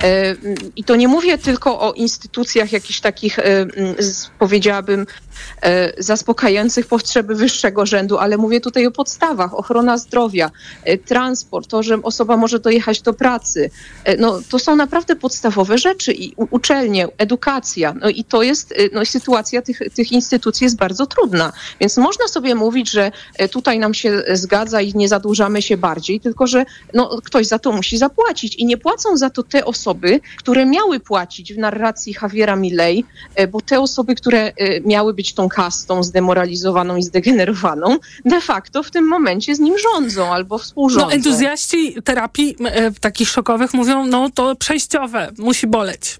I to nie mówię tylko o instytucjach jakichś takich, powiedziałabym, zaspokajających potrzeby wyższego rzędu, ale mówię tutaj o podstawach, ochrona zdrowia, transport, to, że osoba może dojechać do pracy. No, to są naprawdę podstawowe rzeczy i uczelnie, edukacja. No i to jest, no sytuacja tych instytucji jest bardzo trudna. Więc można sobie mówić, że tutaj nam się zgadza i nie zadłużamy się bardziej, tylko że no, ktoś za to musi zapłacić i nie płacą za to te osoby, które miały płacić w narracji Javiera Milei, bo te osoby, które miały być tą kastą zdemoralizowaną i zdegenerowaną, de facto w tym momencie z nim rządzą albo współrządzą. No, entuzjaści terapii takich szokowych mówią, no to przejściowe, musi boleć.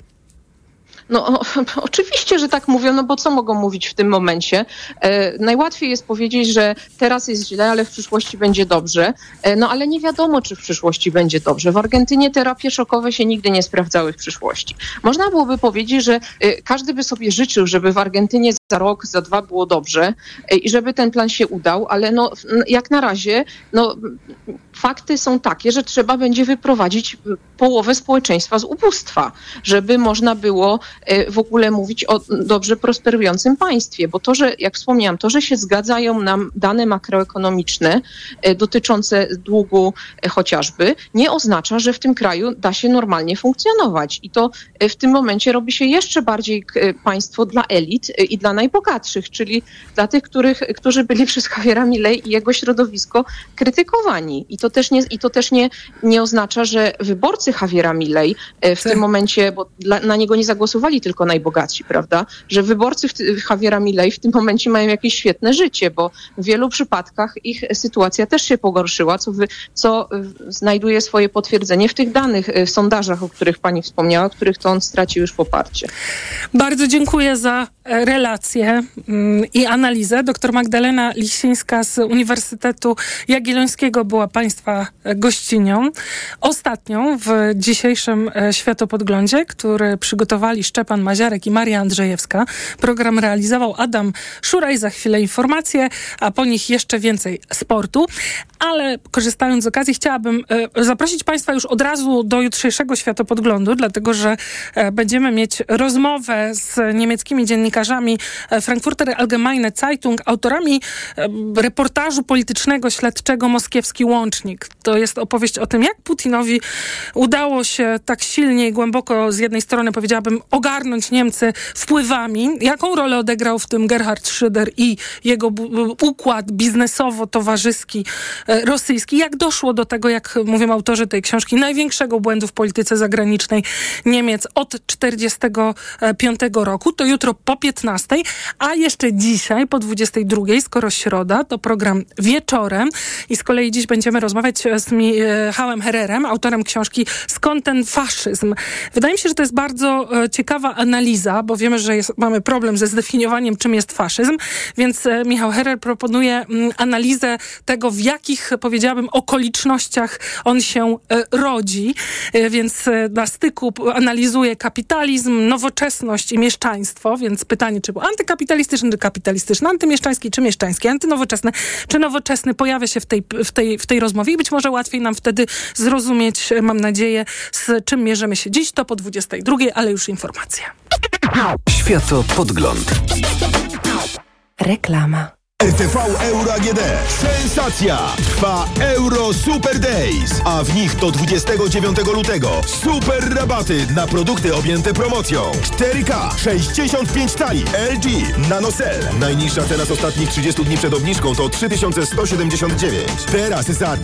No oczywiście, że tak mówią, no bo co mogą mówić w tym momencie? Najłatwiej jest powiedzieć, że teraz jest źle, ale w przyszłości będzie dobrze. No ale nie wiadomo, czy w przyszłości będzie dobrze. W Argentynie terapie szokowe się nigdy nie sprawdzały w przyszłości. Można byłoby powiedzieć, że każdy by sobie życzył, żeby w Argentynie za rok, za 2 było dobrze i żeby ten plan się udał, ale no jak na razie no fakty są takie, że trzeba będzie wyprowadzić połowę społeczeństwa z ubóstwa, żeby można było w ogóle mówić o dobrze prosperującym państwie, bo to, że, jak wspomniałam, to, że się zgadzają nam dane makroekonomiczne dotyczące długu chociażby, nie oznacza, że w tym kraju da się normalnie funkcjonować. I to w tym momencie robi się jeszcze bardziej państwo dla elit i dla najbogatszych, czyli dla tych, którzy byli przez Javiera Milei i jego środowisko krytykowani. I to też nie oznacza, że wyborcy Javiera Milei w tym momencie, bo na niego nie zagłosowali tylko najbogatsi, prawda? Że wyborcy Javiera Milei w tym momencie mają jakieś świetne życie, bo w wielu przypadkach ich sytuacja też się pogorszyła, co znajduje swoje potwierdzenie w tych danych, w sondażach, o których pani wspomniała, których to on stracił już poparcie. Bardzo dziękuję za relację i analizę. Doktor Magdalena Lisińska z Uniwersytetu Jagiellońskiego była państwa gościnią. Ostatnią w dzisiejszym Światopodglądzie, który przygotowali Szczepan Maziarek i Maria Andrzejewska. Program realizował Adam Szuraj. Za chwilę informacje, a po nich jeszcze więcej sportu. Ale korzystając z okazji, chciałabym zaprosić państwa już od razu do jutrzejszego Światopodglądu, dlatego że będziemy mieć rozmowę z niemieckimi dziennikarzami Frankfurter Allgemeine Zeitung, autorami reportażu politycznego śledczego Moskiewski Łącznik. To jest opowieść o tym, jak Putinowi udało się tak silnie i głęboko z jednej strony, powiedziałabym, ogarnąć Niemcy wpływami, jaką rolę odegrał w tym Gerhard Schröder i jego układ biznesowo-towarzyski rosyjski. Jak doszło do tego, jak mówią autorzy tej książki, największego błędu w polityce zagranicznej Niemiec od 1945 roku. To jutro po 15, a jeszcze dzisiaj po 22, skoro środa, to program wieczorem i z kolei dziś będziemy rozmawiać z Michałem Herrerem, autorem książki Skąd ten faszyzm? Wydaje mi się, że to jest bardzo ciekawa analiza, bo wiemy, że mamy problem ze zdefiniowaniem, czym jest faszyzm, więc Michał Herrer proponuje analizę tego, w jakich, powiedziałabym, okolicznościach on się rodzi, więc na styku analizuje kapitalizm, nowoczesność i mieszczaństwo, więc pytanie, czy był antykapitalistyczny, czy kapitalistyczny, antymieszczański, czy mieszczański, antynowoczesny, czy nowoczesny pojawia się w tej rozmowie i być może łatwiej nam wtedy zrozumieć, mam nadzieję, z czym mierzymy się dziś, to po 22, ale już informacja. Światopodgląd. Reklama. RTV Euro AGD. Sensacja! Trwa Euro Super Days, a w nich do 29 lutego super rabaty na produkty objęte promocją. 4K, 65 cali, LG, NanoCell. Najniższa cena z ostatnich 30 dni przed obniżką to 3179. Teraz za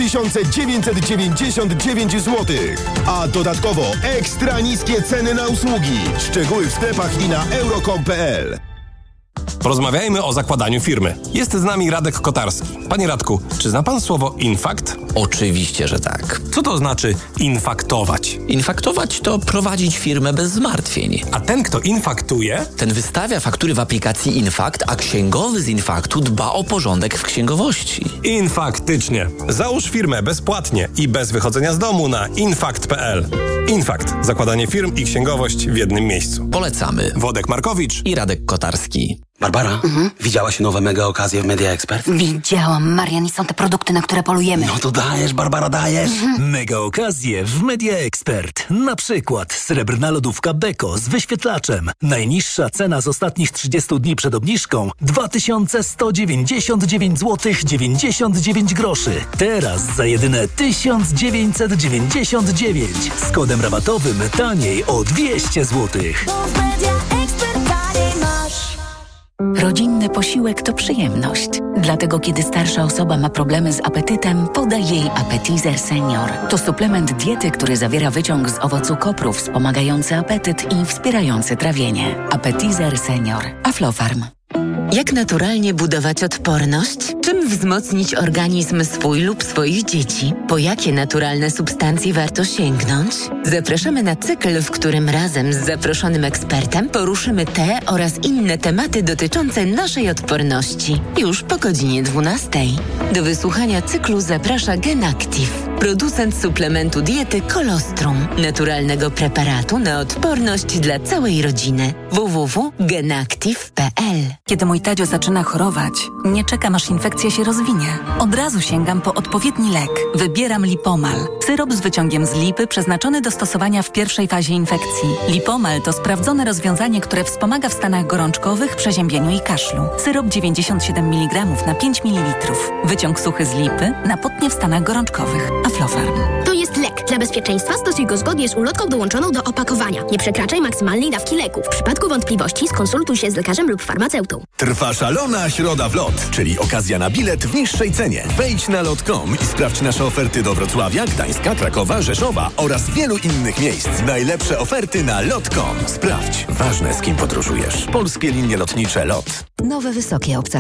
2999 zł. A dodatkowo ekstra niskie ceny na usługi. Szczegóły w sklepach i na euro.com.pl. Porozmawiajmy o zakładaniu firmy. Jest z nami Radek Kotarski. Panie Radku, czy zna pan słowo infakt? Oczywiście, że tak. Co to znaczy infaktować? Infaktować to prowadzić firmę bez zmartwień. A ten, kto infaktuje? Ten wystawia faktury w aplikacji Infakt, a księgowy z Infaktu dba o porządek w księgowości. Infaktycznie. Załóż firmę bezpłatnie i bez wychodzenia z domu na infakt.pl. Infakt. Zakładanie firm i księgowość w jednym miejscu. Polecamy. Wodek Markowicz i Radek Kotarski. Barbara, widziałaś nowe mega okazje w Media Expert? Widziałam, Marian, i są te produkty, na które polujemy. No to dajesz, Barbara, dajesz. Mega okazje w Media Expert. Na przykład srebrna lodówka Beko z wyświetlaczem. Najniższa cena z ostatnich 30 dni przed obniżką 2199 zł 99 groszy. Teraz za jedyne 1999. Z kodem rabatowym taniej o 200 zł. Rodzinny posiłek to przyjemność. Dlatego kiedy starsza osoba ma problemy z apetytem, podaj jej Appetizer Senior. To suplement diety, który zawiera wyciąg z owocu kopru wspomagający apetyt i wspierający trawienie. Appetizer Senior. Aflofarm. Jak naturalnie budować odporność? Czym wzmocnić organizm swój lub swoich dzieci? Po jakie naturalne substancje warto sięgnąć? Zapraszamy na cykl, w którym razem z zaproszonym ekspertem poruszymy te oraz inne tematy dotyczące naszej odporności. Już po godzinie 12. Do wysłuchania cyklu zaprasza GenActive, producent suplementu diety Colostrum, naturalnego preparatu na odporność dla całej rodziny. www.genactive.pl. Kiedy mój Tadzio zaczyna chorować, nie czekam, aż infekcja się rozwinie. Od razu sięgam po odpowiedni lek. Wybieram Lipomal. Syrop z wyciągiem z lipy przeznaczony do stosowania w pierwszej fazie infekcji. Lipomal to sprawdzone rozwiązanie, które wspomaga w stanach gorączkowych, przeziębieniu i kaszlu. Syrop 97 mg na 5 ml. Wyciąg suchy z lipy na potnie w stanach gorączkowych. Aflofarm. To jest lek. Dla bezpieczeństwa stosuj go zgodnie z ulotką dołączoną do opakowania. Nie przekraczaj maksymalnej dawki leku. W przypadku wątpliwości skonsultuj się z lekarzem lub farmaceutą. Trwa szalona środa w LOT, czyli okazja na bilet w niższej cenie. Wejdź na lot.com i sprawdź nasze oferty do Wrocławia, Gdańska, Krakowa, Rzeszowa oraz wielu innych miejsc. Najlepsze oferty na lot.com. Sprawdź. Ważne, z kim podróżujesz. Polskie linie lotnicze LOT. Nowe wysokie